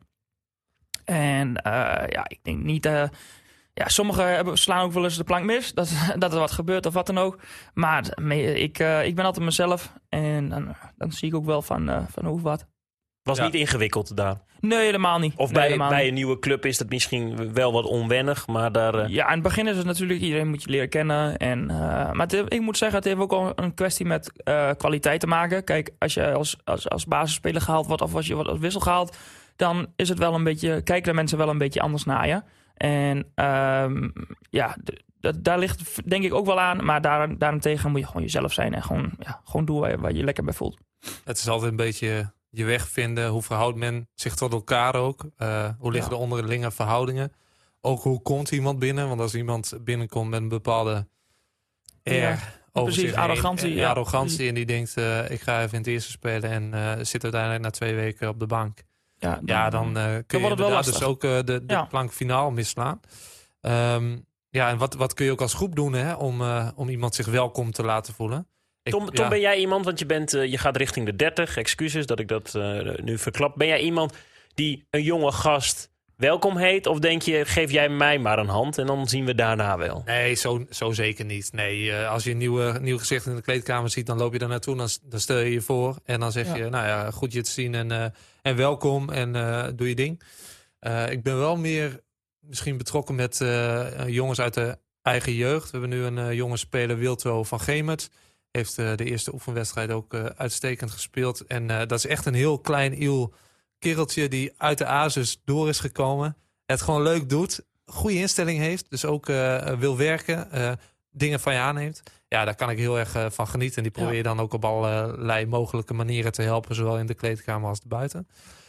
En uh, ja, ik denk niet... Uh, ja, sommigen hebben, slaan ook wel eens de plank mis. Dat, dat er wat gebeurt of wat dan ook. Maar ik, uh, ik ben altijd mezelf. En dan, dan zie ik ook wel van, uh, van hoe wat. Was ja. niet ingewikkeld daar? Nee, helemaal niet. Of nee, bij, helemaal bij niet. een nieuwe club is dat misschien wel wat onwennig. Maar daar... Uh... Ja, in het begin is het natuurlijk... Iedereen moet je leren kennen. En, uh, maar het, ik moet zeggen, het heeft ook al een kwestie met uh, kwaliteit te maken. Kijk, als je als, als, als basisspeler gehaald wordt... of als je wordt als wissel gehaald... dan is het wel een beetje... kijken de mensen wel een beetje anders naar je. En um, ja, d- d- daar ligt denk ik ook wel aan. Maar daar, daarentegen moet je gewoon jezelf zijn. En gewoon, ja, gewoon doen waar je, waar je lekker bij voelt. Het is altijd een beetje je weg vinden. Hoe verhoudt men zich tot elkaar ook? Uh, hoe liggen Ja. de onderlinge verhoudingen? Ook hoe komt iemand binnen? Want als iemand binnenkomt met een bepaalde air... Ja, over precies, zich heen, arrogantie, en, ja, arrogantie precies. en die denkt, uh, ik ga even in het eerste spelen... en uh, zit uiteindelijk na twee weken op de bank. Ja, dan, Ja, dan uh, kun je wordt het wel inderdaad lastig. dus ook uh, de, de Ja. plank finaal misslaan. Um, ja, en wat, wat kun je ook als groep doen hè, om, uh, om iemand zich welkom te laten voelen? Ik, Tom, Tom ja. ben jij iemand, want je, bent, uh, je gaat richting de dertig. Excuses dat ik dat uh, nu verklap. Ben jij iemand die een jonge gast welkom heet? Of denk je, geef jij mij maar een hand en dan zien we daarna wel? Nee, zo, zo zeker niet. Nee, uh, als je een nieuwe, nieuw gezicht in de kleedkamer ziet, dan loop je daar naartoe. Dan, dan stel je je voor en dan zeg Ja. je, nou ja, goed je te zien en, uh, en welkom en uh, doe je ding. Uh, ik ben wel meer misschien betrokken met uh, jongens uit de eigen jeugd. We hebben nu een uh, jonge speler, Wilto van Gemert. Heeft uh, de eerste oefenwedstrijd ook uh, uitstekend gespeeld. En uh, dat is echt een heel klein, iel kereltje die uit de Azus door is gekomen. Het gewoon leuk doet. Goede instelling heeft. Dus ook uh, wil werken. Uh, dingen van je aanneemt. Ja, daar kan ik heel erg uh, van genieten. En die probeer je dan ook op allerlei mogelijke manieren te helpen. Zowel in de kleedkamer als buiten.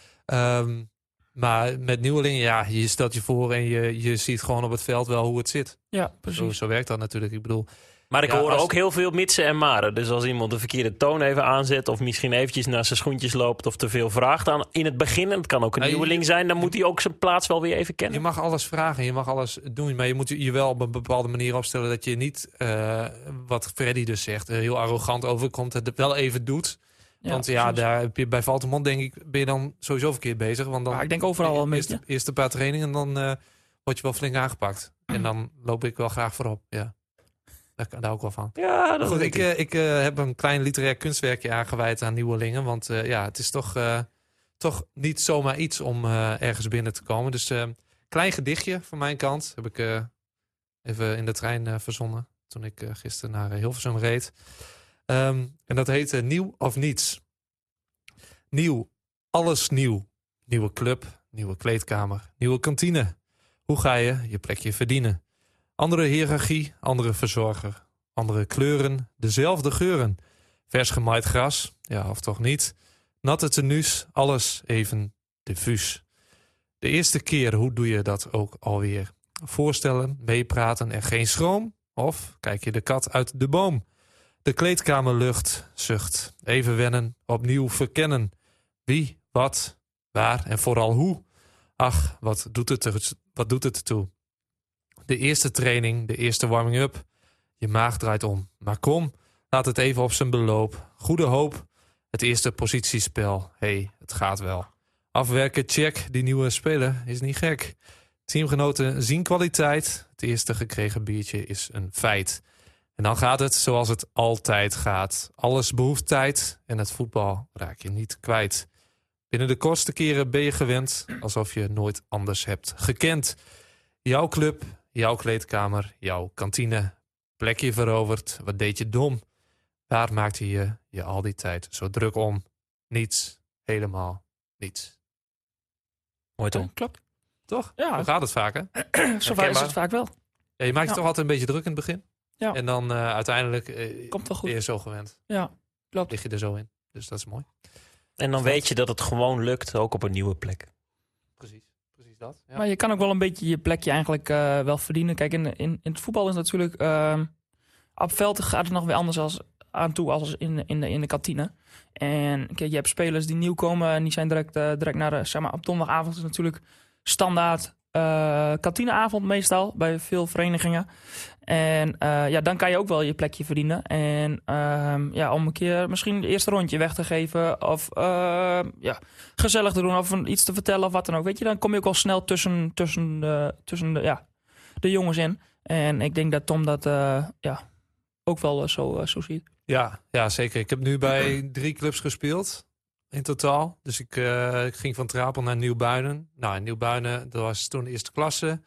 Um, maar met nieuwelingen, ja, je stelt je voor en je, je ziet gewoon op het veld wel hoe het zit. Ja, precies. Zo, zo werkt dat natuurlijk. Ik bedoel... Maar ik Ja, hoor als- ook heel veel mitsen en maren. Dus als iemand de verkeerde toon even aanzet... of misschien eventjes naar zijn schoentjes loopt... of te veel vraagt aan in het begin... en het kan ook een Ja, je- nieuweling zijn... dan moet hij ook zijn plaats wel weer even Je kennen. mag alles vragen, je mag alles doen, maar je moet je wel op een bepaalde manier opstellen dat je niet, uh, wat Freddy dus zegt, uh, heel arrogant overkomt, het wel even doet. Ja, want ja, precies. daar heb je bij Valtemont denk ik, ben je dan sowieso verkeerd bezig. Want dan Maar ik denk overal wel een eerst, beetje. eerst een paar trainingen en dan uh, word je wel flink aangepakt. En dan loop ik wel graag voorop, ja. Daar, daar hou ik wel van. Ja, dat Goed, denk ik, uh, ik uh, heb een klein literair kunstwerkje aangewijd aan nieuwelingen. Want uh, ja, het is toch, uh, toch niet zomaar iets om uh, ergens binnen te komen. Dus uh, klein gedichtje van mijn kant. Heb ik uh, even in de trein uh, verzonnen. Toen ik uh, gisteren naar uh, Hilversum reed. Um, en dat heette Nieuw of Niets. Nieuw, alles nieuw. Nieuwe club, nieuwe kleedkamer, nieuwe kantine. Hoe ga je je plekje verdienen? Andere hiërarchie, andere verzorger. Andere kleuren, dezelfde geuren. Vers gemaaid gras, ja of toch niet. Natte tenues, alles even diffuus. De eerste keer, hoe doe je dat ook alweer? Voorstellen, meepraten en geen schroom? Of kijk je de kat uit de boom? De kleedkamerlucht, zucht. Even wennen, opnieuw verkennen. Wie, wat, waar en vooral hoe? Ach, wat doet het, er, wat doet het toe? De eerste training, de eerste warming-up. Je maag draait om. Maar kom, laat het even op zijn beloop. Goede hoop, het eerste positiespel. Hé, hey, het gaat wel. Afwerken, check, die nieuwe speler is niet gek. Teamgenoten zien kwaliteit. Het eerste gekregen biertje is een feit. En dan gaat het zoals het altijd gaat. Alles behoeft tijd en het voetbal raak je niet kwijt. Binnen de kortste keren ben je gewend, alsof je nooit anders hebt gekend. Jouw club, jouw kleedkamer, jouw kantine. Plekje veroverd, wat deed je dom? Waar maakte je je al die tijd zo druk om? Niets, helemaal niets. Mooi toch? Ja, klopt. Toch? Ja. Zo gaat het vaak, hè? Zo vaak is het vaak wel. Ja, je maakt je Ja. toch altijd een beetje druk in het begin? Ja. En dan uh, uiteindelijk uh, Komt wel goed. ben je zo gewend. Ja, klopt. Lig je er zo in. Dus dat is mooi. En dan weet je dat het gewoon lukt, ook op een nieuwe plek. Precies. Precies dat. Ja. Maar je kan ook wel een beetje je plekje eigenlijk uh, wel verdienen. Kijk, in, in, in het voetbal is natuurlijk... Uh, op veld gaat het nog weer anders als, aan toe als in, in, de, in de kantine. En kijk, je hebt spelers die nieuw komen en die zijn direct, uh, direct naar de... Zeg maar, op donderdagavond is natuurlijk standaard uh, kantineavond meestal bij veel verenigingen. En uh, ja, dan kan je ook wel je plekje verdienen. En uh, ja, om een keer misschien het eerste rondje weg te geven of uh, ja, gezellig te doen of een, iets te vertellen of wat dan ook. Weet je, dan kom je ook al snel tussen, tussen, uh, tussen de, ja, de jongens in. En ik denk dat Tom dat uh, ja, ook wel uh, zo, uh, zo ziet. Ja, ja, zeker. Ik heb nu bij drie clubs gespeeld in totaal. Dus ik, uh, ik ging van Trapel naar Nieuwbuinen. Nou, in Nieuwbuinen, dat was toen de eerste klasse.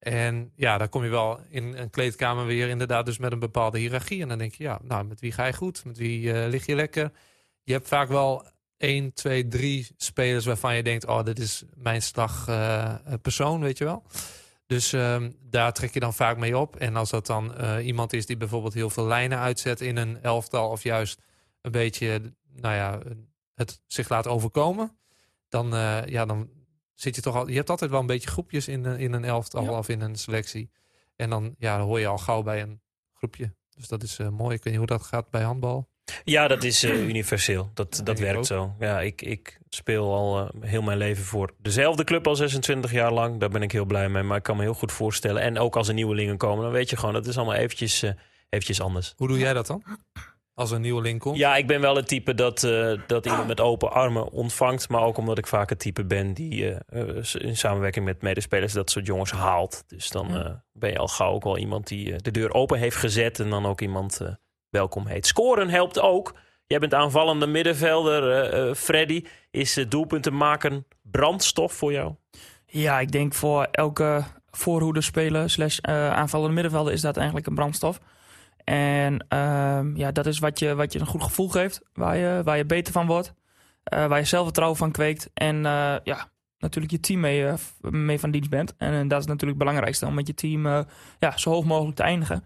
En ja, daar kom je wel in een kleedkamer weer inderdaad dus met een bepaalde hiërarchie. En dan denk je, ja, nou, met wie ga je goed? Met wie uh, lig je lekker? Je hebt vaak wel één, twee, drie spelers waarvan je denkt, oh, dit is mijn slagpersoon, uh, weet je wel. Dus um, daar trek je dan vaak mee op. En als dat dan uh, iemand is die bijvoorbeeld heel veel lijnen uitzet in een elftal, of juist een beetje, nou ja, het zich laat overkomen, dan, uh, ja, dan zit je toch al. Je hebt altijd wel een beetje groepjes in, in een elftal ja. of in een selectie. En dan, ja, dan hoor je al gauw bij een groepje. Dus dat is uh, mooi. Ik weet niet hoe dat gaat bij handbal. Ja, dat is uh, universeel. Dat, Ja, dat werkt ook. zo. Ja, ik, ik speel al uh, heel mijn leven voor dezelfde club al zesentwintig jaar lang. Daar ben ik heel blij mee. Maar ik kan me heel goed voorstellen. En ook als er nieuwelingen komen, dan weet je gewoon, dat is allemaal eventjes, uh, eventjes anders. Hoe doe jij dat dan? Als er een nieuweling komt? Ja, ik ben wel het type dat, uh, dat iemand met open armen ontvangt. Maar ook omdat ik vaak het type ben die uh, uh, in samenwerking met medespelers dat soort jongens haalt. Dus dan uh, ben je al gauw ook wel iemand die uh, de deur open heeft gezet. En dan ook iemand uh, welkom heet. Scoren helpt ook. Jij bent aanvallende middenvelder. Uh, uh, Freddy, is uh, doelpunten maken brandstof voor jou? Ja, ik denk voor elke voorhoede speler slash uh, aanvallende middenvelder is dat eigenlijk een brandstof. En uh, ja, dat is wat je, wat je een goed gevoel geeft, waar je, waar je beter van wordt, uh, waar je zelfvertrouwen van kweekt en uh, ja, natuurlijk je team mee, uh, mee van dienst bent. En uh, dat is natuurlijk het belangrijkste, om met je team uh, ja, zo hoog mogelijk te eindigen.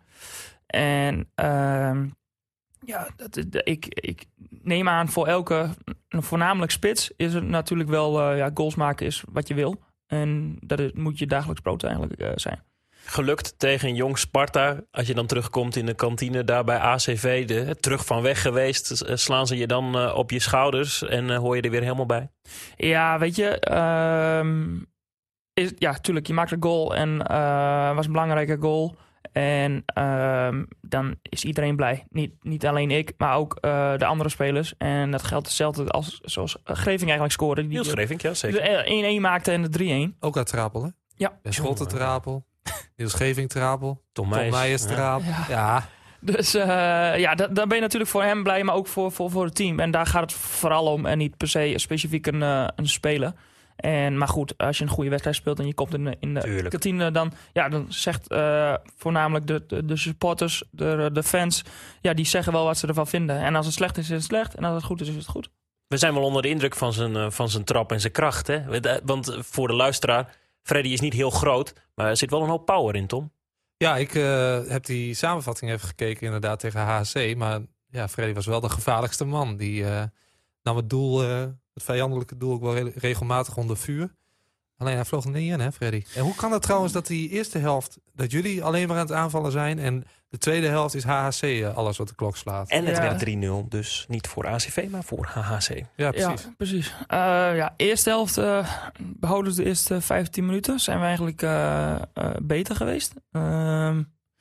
En uh, ja, dat, ik, ik neem aan voor elke, voornamelijk spits, is het natuurlijk wel uh, ja, goals maken is wat je wil. En dat is, moet je dagelijks brood eigenlijk uh, zijn. Gelukt tegen een jong Sparta. Als je dan terugkomt in de kantine daar bij A C V, de, terug van weg geweest, slaan ze je dan uh, op je schouders en uh, hoor je er weer helemaal bij? Ja, weet je, uh, is, ja, tuurlijk, je maakt een goal en uh, was een belangrijke goal. En uh, dan is iedereen blij. Niet, niet alleen ik, maar ook uh, de andere spelers. En dat geldt hetzelfde als zoals Greving eigenlijk scoorde. Niels Greving, ja, zeker. De één-één maakte en de drie-één. Ook uit Trapel, hè? Ja. Ben Scholte Trapel. Niels Geving Trapel. Tom Tom Meijers Trapel. Ja. Ja. Dus uh, ja, da- dan ben je natuurlijk voor hem blij, maar ook voor, voor, voor het team. En daar gaat het vooral om en niet per se specifiek een, uh, een speler. En, maar goed, als je een goede wedstrijd speelt en je komt in, de- in de Tuurlijk. kantine, dan, ja, dan zegt eh, voornamelijk de, de, de supporters, de, de fans, ja, die zeggen wel wat ze ervan vinden. En als het slecht is, is het slecht. En als het goed is, is het goed. We zijn wel onder de indruk van zijn, uh, van zijn trap en zijn kracht. Hè? Want voor de luisteraar, Freddy is niet heel groot, maar er zit wel een hoop power in, Tom. Ja, ik uh, heb die samenvatting even gekeken inderdaad tegen H H C. Maar ja, Freddy was wel de gevaarlijkste man. Die uh, nam het doel, uh, het vijandelijke doel ook wel re- regelmatig onder vuur. Alleen hij vloog er niet in, hè Freddy? En hoe kan het trouwens dat die eerste helft, dat jullie alleen maar aan het aanvallen zijn en de tweede helft is H H C uh, alles wat de klok slaat? En het Ja. werd drie nul, dus niet voor A C V, maar voor H H C. Ja, precies. Ja, precies. Uh, ja, eerste helft uh, behouden de eerste vijftien minuten. Zijn we eigenlijk uh, uh, beter geweest. Uh,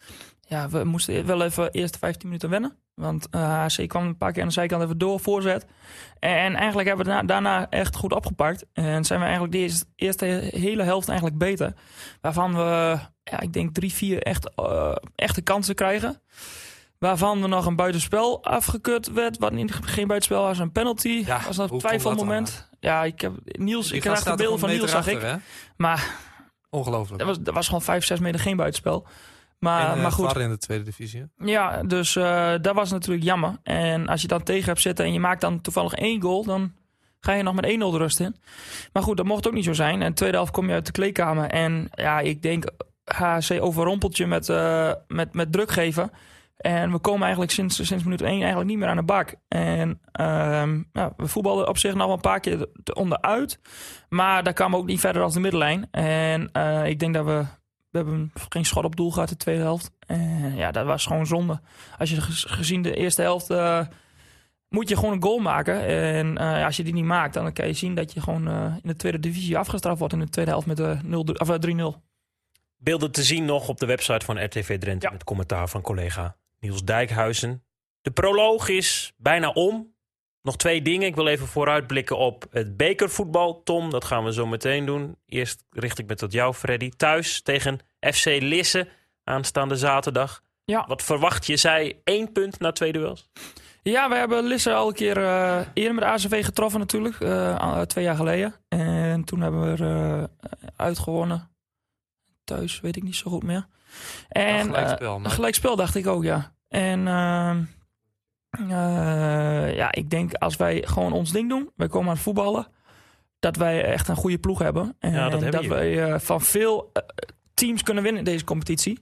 ja, we moesten wel even de eerste vijftien minuten wennen. Want uh, H C kwam een paar keer aan de zijkant even door, voorzet. En eigenlijk hebben we daarna, daarna echt goed opgepakt. En zijn we eigenlijk de eerste, eerste hele helft eigenlijk beter. Waarvan we, ja, ik denk drie, vier echt, uh, echte kansen krijgen. Waarvan we nog een buitenspel afgekeurd werd. Wat niet, geen buitenspel was, een penalty. Ja, was nog hoe een kon twijfelmoment. Ja, ik heb Niels, Die ik gast krijg de staat beelden toch van een Niels, meter zag ik. achter, hè? Maar Ongelooflijk. dat was, dat was gewoon vijf, zes meter geen buitenspel. Maar, en, uh, maar goed. V A R in de tweede divisie. Ja, dus uh, dat was natuurlijk jammer. En als je dan tegen hebt zitten en je maakt dan toevallig één goal, dan ga je nog met één nul de rust in. Maar goed, dat mocht ook niet zo zijn. En de tweede helft kom je uit de kleedkamer. En ja, ik denk H H C overrompelt je met, uh, met, met druk geven. En we komen eigenlijk sinds, sinds minuut één eigenlijk niet meer aan de bak. En um, ja, we voetbalden op zich nog wel een paar keer onderuit. Maar daar kwamen we ook niet verder dan de middenlijn. En uh, ik denk dat we... We hebben geen schot op doel gehad in de tweede helft. En ja, dat was gewoon zonde. Als je gezien de eerste helft... Uh, moet je gewoon een goal maken. En uh, als je die niet maakt, dan kan je zien dat je gewoon uh, in de tweede divisie afgestraft wordt in de tweede helft met uh, nul, of, uh, drie nul. Beelden te zien nog op de website van R T V Drenthe Ja. met commentaar van collega Niels Dijkhuizen. De proloog is bijna om. Nog twee dingen. Ik wil even vooruitblikken op het bekervoetbal. Tom, dat gaan we zo meteen doen. Eerst richt ik me tot jou, Freddy. Thuis tegen F C Lisse aanstaande zaterdag. Ja. Wat verwacht je? Zij één punt na twee duels? Ja, we hebben Lisse al een keer uh, eerder met A C V getroffen natuurlijk. Uh, twee jaar geleden. En toen hebben we er uh, uitgewonnen. Thuis weet ik niet zo goed meer. En, Een gelijkspel. Uh, Maar... een gelijkspel dacht ik ook, ja. En uh, uh, ja, ik denk als wij gewoon ons ding doen. Wij komen aan het voetballen. Dat wij echt een goede ploeg hebben. En Ja, dat hebben dat wij uh, van veel uh, teams kunnen winnen in deze competitie.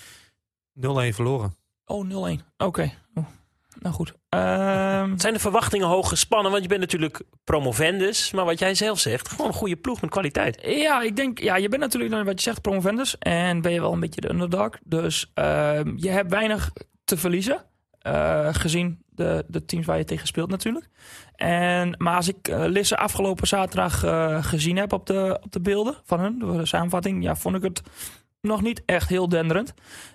nul-een verloren. Oh, nul één. Oké. Okay. Oh. Nou goed. Um... Zijn de verwachtingen hoog gespannen? Want je bent natuurlijk promovendus. Maar wat jij zelf zegt, gewoon een goede ploeg met kwaliteit. Ja, ik denk, ja, je bent natuurlijk, wat je zegt, promovendus. En ben je wel een beetje de underdog. Dus uh, je hebt weinig te verliezen. Uh, gezien de, de teams waar je tegen speelt natuurlijk. En, maar als ik uh, Lisse afgelopen zaterdag uh, gezien heb op de, op de beelden van hun, door de samenvatting, ja, vond ik het nog niet echt heel denderend.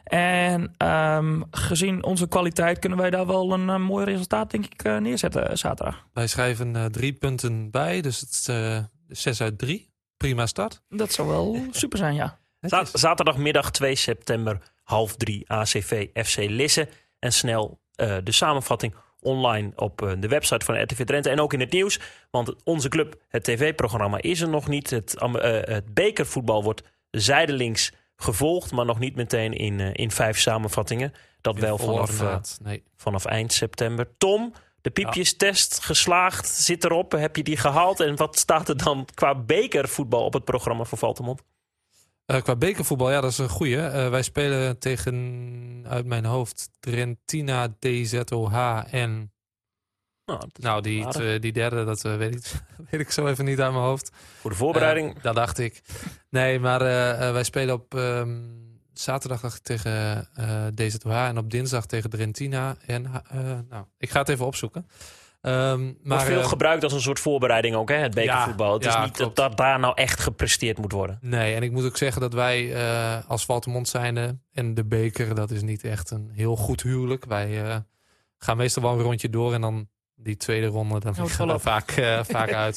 En um, gezien onze kwaliteit kunnen wij daar wel een, een mooi resultaat, denk ik, uh, neerzetten zaterdag. Wij schrijven uh, drie punten bij, dus het is uh, zes uit drie. Prima start. Dat zou wel super zijn, ja. Z- zaterdagmiddag twee september, half drie, A C V F C Lisse. En snel uh, de samenvatting online op uh, de website van R T V Drenthe en ook in het nieuws. Want onze club, het tv-programma, is er nog niet. Het, uh, het bekervoetbal wordt zijdelings gevolgd, maar nog niet meteen in, uh, in vijf samenvattingen. Dat wel vanaf, uh, nee. vanaf eind september. Tom, de piepjestest geslaagd, zit erop. Heb je die gehaald? En wat staat er dan qua bekervoetbal op het programma voor Valtemont? Uh, qua bekervoetbal, ja, dat is een goeie. Uh, wij spelen tegen, uit mijn hoofd, Trentina, D Z O H en... Nou, nou die, t, die derde, dat uh, weet, ik, weet ik zo even niet uit mijn hoofd. Voor de voorbereiding? Uh, dat dacht ik. Nee, maar uh, uh, wij spelen op um, zaterdag tegen uh, D Z O H en op dinsdag tegen Trentina. En uh, nou, ik ga het even opzoeken. Um, maar, wordt veel uh, gebruikt als een soort voorbereiding ook, hè, het bekervoetbal. Ja, het is ja, niet klopt. dat daar nou echt gepresteerd moet worden. Nee, en ik moet ook zeggen dat wij uh, als Valtemont zijnde en de beker, dat is niet echt een heel goed huwelijk. Wij uh, gaan meestal wel een rondje door en dan die tweede ronde, dan Oh, gaan we vaak, uh, vaak uit.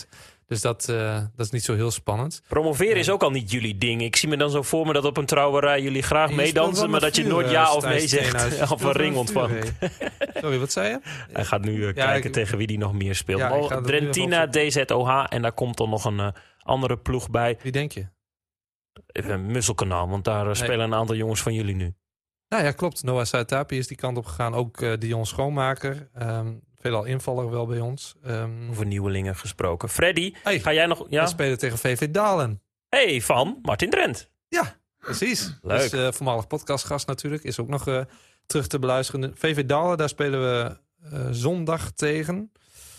Dus dat, uh, dat is niet zo heel spannend. Promoveren ja. is ook al niet jullie ding. Ik zie me dan zo voor me dat op een trouwerij jullie graag meedansen, maar dat je vuur, nooit ja of nee Steenhuis. zegt of een ring ontvangt. Sorry, wat zei je? Hij gaat nu uh, ja, kijken ik, tegen wie die nog meer speelt. Ja, oh, Drentina, D Z O H en daar komt dan nog een uh, andere ploeg bij. Wie denk je? Even Musselkanaal, want daar uh, spelen nee. een aantal jongens van jullie nu. Nou ja, klopt. Noah Saitapi is die kant op gegaan. Ook uh, Dion Schoonmaker. Um, veelal invaller wel bij ons. Um, Over nieuwelingen gesproken. Freddy, hey, ga jij nog... Ja? We spelen tegen V V Dalen. Hey, van Martin Drent. Ja, precies. Leuk. Dus uh, voormalig podcastgast natuurlijk. Is ook nog uh, terug te beluisteren. V V Dalen, daar spelen we uh, zondag tegen.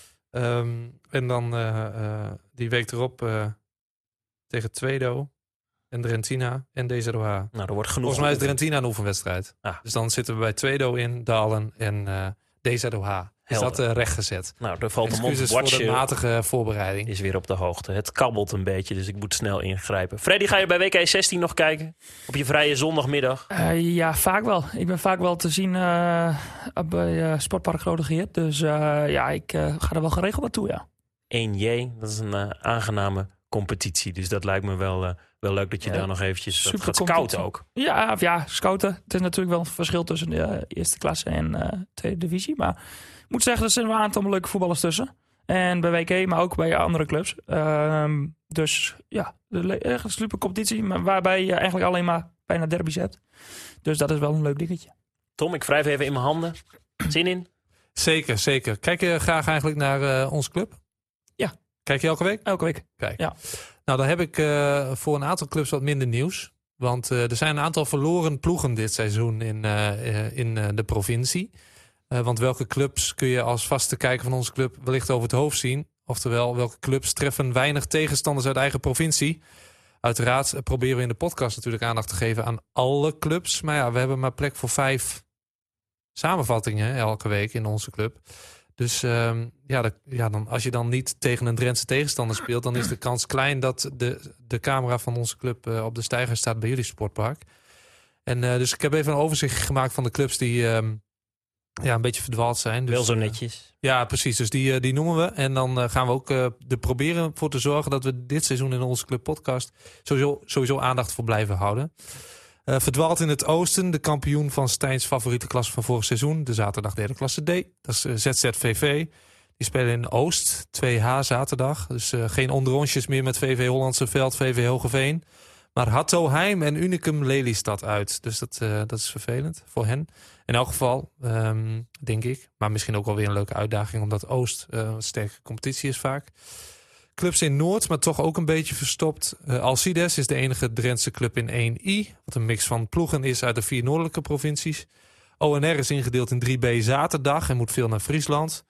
Um, en dan uh, uh, die week erop uh, tegen Tweedo. En Drentina en D Z O H. Nou, er wordt genoeg. Volgens mij is Drentina een oefenwedstrijd. Ah. Dus dan zitten we bij Tweedo in, Dalen en uh, D Z O H. Is Helder. dat uh, rechtgezet? Nou, er valt een mond voor de matige voorbereiding. Is weer op de hoogte. Het kabbelt een beetje, dus ik moet snel ingrijpen. Freddy, ga je bij W K zestien nog kijken? Op je vrije zondagmiddag? Uh, ja, vaak wel. Ik ben vaak wel te zien uh, bij uh, Sportpark Groningen. Dus uh, ja, ik uh, ga er wel geregeld naartoe, ja. één J, dat is een uh, aangename competitie. Dus dat lijkt me wel, uh, wel leuk dat je ja, daar nog eventjes dat gaat scouten ook. Ja, of ja, scouten. Het is natuurlijk wel een verschil tussen de uh, eerste klasse en uh, tweede divisie. Maar ik moet zeggen, er zijn wel een aantal leuke voetballers tussen. En bij W K, maar ook bij andere clubs. Um, dus ja, een super competitie. Maar waarbij je eigenlijk alleen maar bijna derbies hebt. Dus dat is wel een leuk dingetje. Tom, ik wrijf even in mijn handen. Zin in? Zeker, zeker. Kijk je graag eigenlijk naar uh, onze club? Ja. Kijk je elke week? Elke week. Kijk. Ja. Nou, dan heb ik uh, voor een aantal clubs wat minder nieuws. Want uh, er zijn een aantal verloren ploegen dit seizoen in, uh, in uh, de provincie. Uh, want welke clubs kun je als vaste kijker van onze club wellicht over het hoofd zien? Oftewel, welke clubs treffen weinig tegenstanders uit eigen provincie? Uiteraard uh, proberen we in de podcast natuurlijk aandacht te geven aan alle clubs. Maar ja, we hebben maar plek voor vijf samenvattingen elke week in onze club. Dus um, ja, de, ja dan, als je dan niet tegen een Drentse tegenstander speelt, dan is de kans klein dat de, de camera van onze club uh, op de steiger staat bij jullie sportpark. En uh, dus ik heb even een overzicht gemaakt van de clubs die um, ja, een beetje verdwaald zijn. Dus, wel zo netjes. Uh, ja, precies. Dus die, uh, die noemen we. En dan uh, gaan we ook uh, er proberen voor te zorgen dat we dit seizoen in onze club podcast sowieso, sowieso aandacht voor blijven houden. Uh, verdwaald in het oosten, de kampioen van Stijns favoriete klasse van vorig seizoen. De zaterdag derde klasse D. Dat is uh, Z Z V V. Die spelen in Oost, twee H zaterdag. Dus uh, geen onderonsjes meer met V V Hollandse Veld, V V Hogeveen. Maar Hattoheim en Unicum Lelystad uit. Dus dat, uh, dat is vervelend voor hen. In elk geval, um, denk ik. Maar misschien ook wel weer een leuke uitdaging. Omdat Oost uh, een sterke competitie is vaak. Clubs in Noord, maar toch ook een beetje verstopt. Uh, Alcides is de enige Drentse club in één I. Wat een mix van ploegen is uit de vier noordelijke provincies. O N R is ingedeeld in drie B zaterdag en moet veel naar Friesland.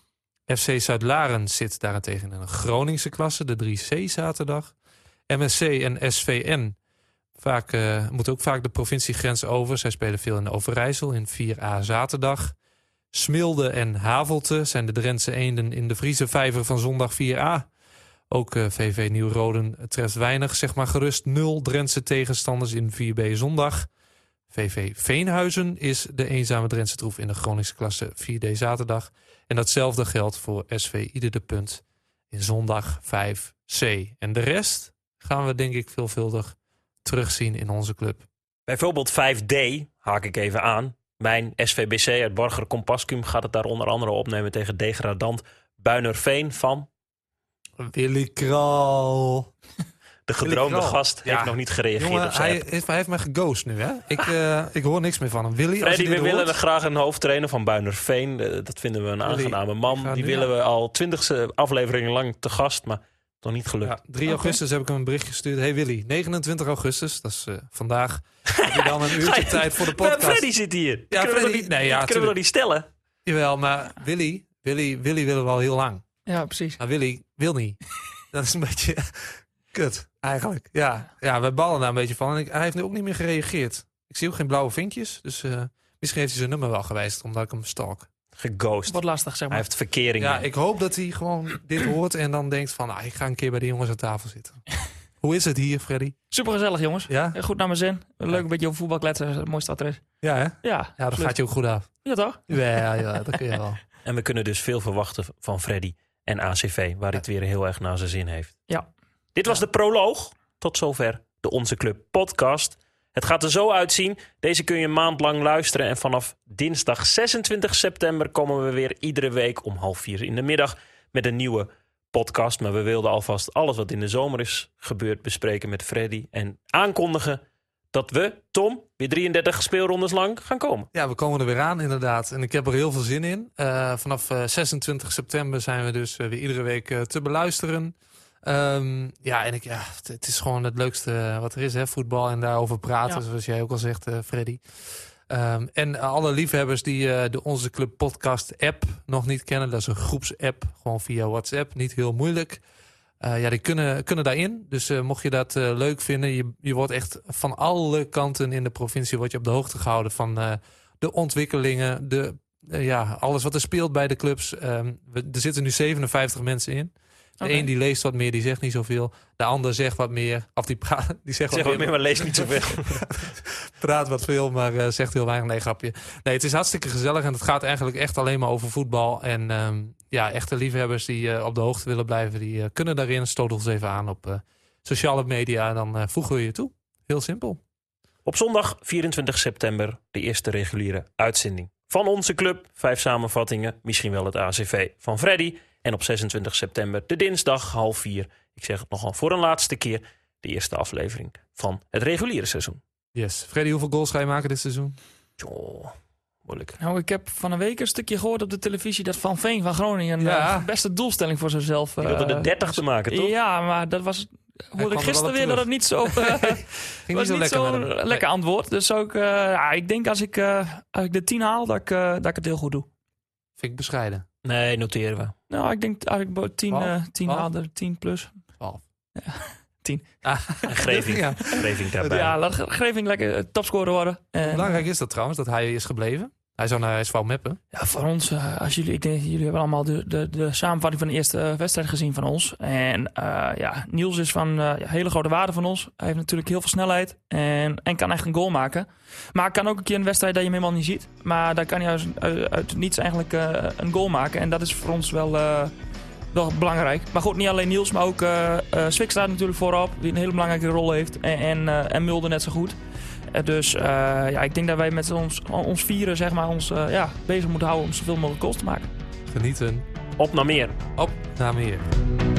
F C Zuid-Laren zit daarentegen in een Groningse klasse, de drie C zaterdag. M S C en S V N vaak, uh, moeten ook vaak de provinciegrens over. Zij spelen veel in Overijssel in vier A zaterdag. Smilde en Havelte zijn de Drentse eenden in de Friese vijver van zondag vier A. Ook uh, V V Nieuw-Roden treft weinig, zeg maar gerust nul Drentse tegenstanders in vier B zondag. V V Veenhuizen is de eenzame Drentse troef in de Groningse klasse vier D zaterdag. En datzelfde geldt voor S V Ieder de Punt in zondag vijf C. En de rest gaan we denk ik veelvuldig terugzien in onze club. Bijvoorbeeld vijf D, haak ik even aan. Mijn S V B C uit Borger Compascum gaat het daar onder andere opnemen tegen degradant Buinerveen van... Willy Kral. De gedroomde Kral. gast heeft Ja. nog niet gereageerd Jongen, op zijn hij, app. heeft, hij heeft mij geghost nu, hè? Ik, uh, ik hoor niks meer van hem. Willy, als Freddy, je we dit willen hoort, graag een hoofdtrainer van Buinerveen. Uh, dat vinden we een Willy, aangename ik man. ga Die nu willen al- we al twintig afleveringen lang te gast, maar nog niet gelukt. Ja, drie Oké. augustus heb ik hem een bericht gestuurd. Hey Willy, negenentwintig augustus, dat is uh, vandaag. Heb je dan een uurtje tijd voor de podcast? Freddy zit hier. Ja, kunnen we Freddy- nog niet, nee, ja, dat kunnen we tuurlijk. nog niet stellen. Jawel, maar Willy, Willy, Willy willen we al heel lang. Ja, precies. Maar Willy wil niet. Dat is een beetje kut, eigenlijk. Ja, ja, we ballen daar een beetje van. En ik, hij heeft nu ook niet meer gereageerd. Ik zie ook geen blauwe vinkjes. Dus uh, misschien heeft hij zijn nummer wel gewijzigd, omdat ik hem stalk. Geghost. Wat lastig, zeg Hij maar. heeft verkeringen. Ja, ik hoop dat hij gewoon dit hoort en dan denkt van... Ah, ik ga een keer bij de jongens aan tafel zitten. Hoe is het hier, Freddy? Super gezellig, jongens. Ja? Goed naar mijn zin. Leuk een beetje over voetbal kletsen. Dat is het mooiste wat er is. Ja, hè? Ja, Ja, dat gaat je ook goed af. Ja, toch? Ja, ja, dat kun je wel. En we kunnen dus veel verwachten van Freddy en A C V, waar het weer heel erg naar zijn zin heeft. Ja. Dit was Ja. de proloog. Tot zover de Onze Club podcast. Het gaat er zo uitzien. Deze kun je een maand lang luisteren. En vanaf dinsdag zesentwintig september komen we weer iedere week om half vier in de middag met een nieuwe podcast. Maar we wilden alvast alles wat in de zomer is gebeurd bespreken met Freddy. En aankondigen dat we, Tom, weer drieëndertig speelrondes lang gaan komen. Ja, we komen er weer aan inderdaad. En ik heb er heel veel zin in. Uh, vanaf uh, zesentwintig september zijn we dus uh, weer iedere week uh, te beluisteren. Um, ja, en ik, ja, het, het is gewoon het leukste wat er is, hè, voetbal en daarover praten, ja. Zoals jij ook al zegt, uh, Freddy. Um, en uh, alle liefhebbers die uh, de Onze Club podcast app nog niet kennen, dat is een groepsapp, gewoon via WhatsApp, niet heel moeilijk. Uh, ja, die kunnen, kunnen daarin. Dus uh, mocht je dat uh, leuk vinden, je, je wordt echt van alle kanten in de provincie wordt je op de hoogte gehouden van uh, de ontwikkelingen, de, uh, ja, alles wat er speelt bij de clubs. Um, we, er zitten nu zevenenvijftig mensen in. De okay. een die leest wat meer, die zegt niet zoveel. De ander zegt wat meer. Of die, praat, die zegt zeg wat, wat meer, maar leest niet zoveel. Praat wat veel, maar uh, zegt heel weinig. Nee, grapje. Nee, het is hartstikke gezellig. En het gaat eigenlijk echt alleen maar over voetbal. En um, ja, echte liefhebbers die uh, op de hoogte willen blijven, die uh, kunnen daarin. Stoot ons even aan op uh, sociale media. En dan uh, voegen we je toe. Heel simpel. Op zondag vierentwintig september de eerste reguliere uitzending van Onze Club. Vijf samenvattingen, misschien wel het A C V van Freddy. En op zesentwintig september, de dinsdag, half vier. Ik zeg het nogal voor een laatste keer. De eerste aflevering van het reguliere seizoen. Yes. Freddy, hoeveel goals ga je maken dit seizoen? Joh, moeilijk. Nou, ik heb van een week een stukje gehoord op de televisie dat Van Veen van Groningen ja. uh, beste doelstelling voor zichzelf. Die wilde uh, de dertig te maken, toch? Ja, maar dat was... hoorde ik gisteren weer dat het niet zo... Uh, Ging was niet zo lekker, niet zo lekker nee. antwoord. Dus ook, uh, ja, ik denk als ik, uh, als ik de tien haal, dat ik, uh, dat ik het heel goed doe. Vind ik bescheiden. Nee, noteren we. Nou, ik denk als ik tien, uh, tien haal, tien plus. twaalf. Ja, tien. Ah, en Greving, ja. Greving daarbij. Ja, laat Greving lekker topscorer worden. Hoe En, belangrijk is dat trouwens, dat hij is gebleven? Hij zou naar S V Meppen. Ja, voor ons, uh, als jullie, ik denk, jullie hebben allemaal de, de, de samenvatting van de eerste uh, wedstrijd gezien van ons. En uh, ja, Niels is van uh, ja, hele grote waarde van ons. Hij heeft natuurlijk heel veel snelheid en, en kan echt een goal maken. Maar kan ook een keer een wedstrijd dat je hem helemaal niet ziet. Maar daar kan hij uit, uit, uit niets eigenlijk uh, een goal maken. En dat is voor ons wel, uh, wel belangrijk. Maar goed, niet alleen Niels, maar ook uh, uh, Swik staat natuurlijk voorop. Die een hele belangrijke rol heeft. En, en, uh, en Mulder net zo goed. Dus uh, ja, ik denk dat wij met ons, ons vieren zeg maar, ons uh, ja, bezig moeten houden om zoveel mogelijk goals te maken. Genieten. Op naar meer. Op naar meer.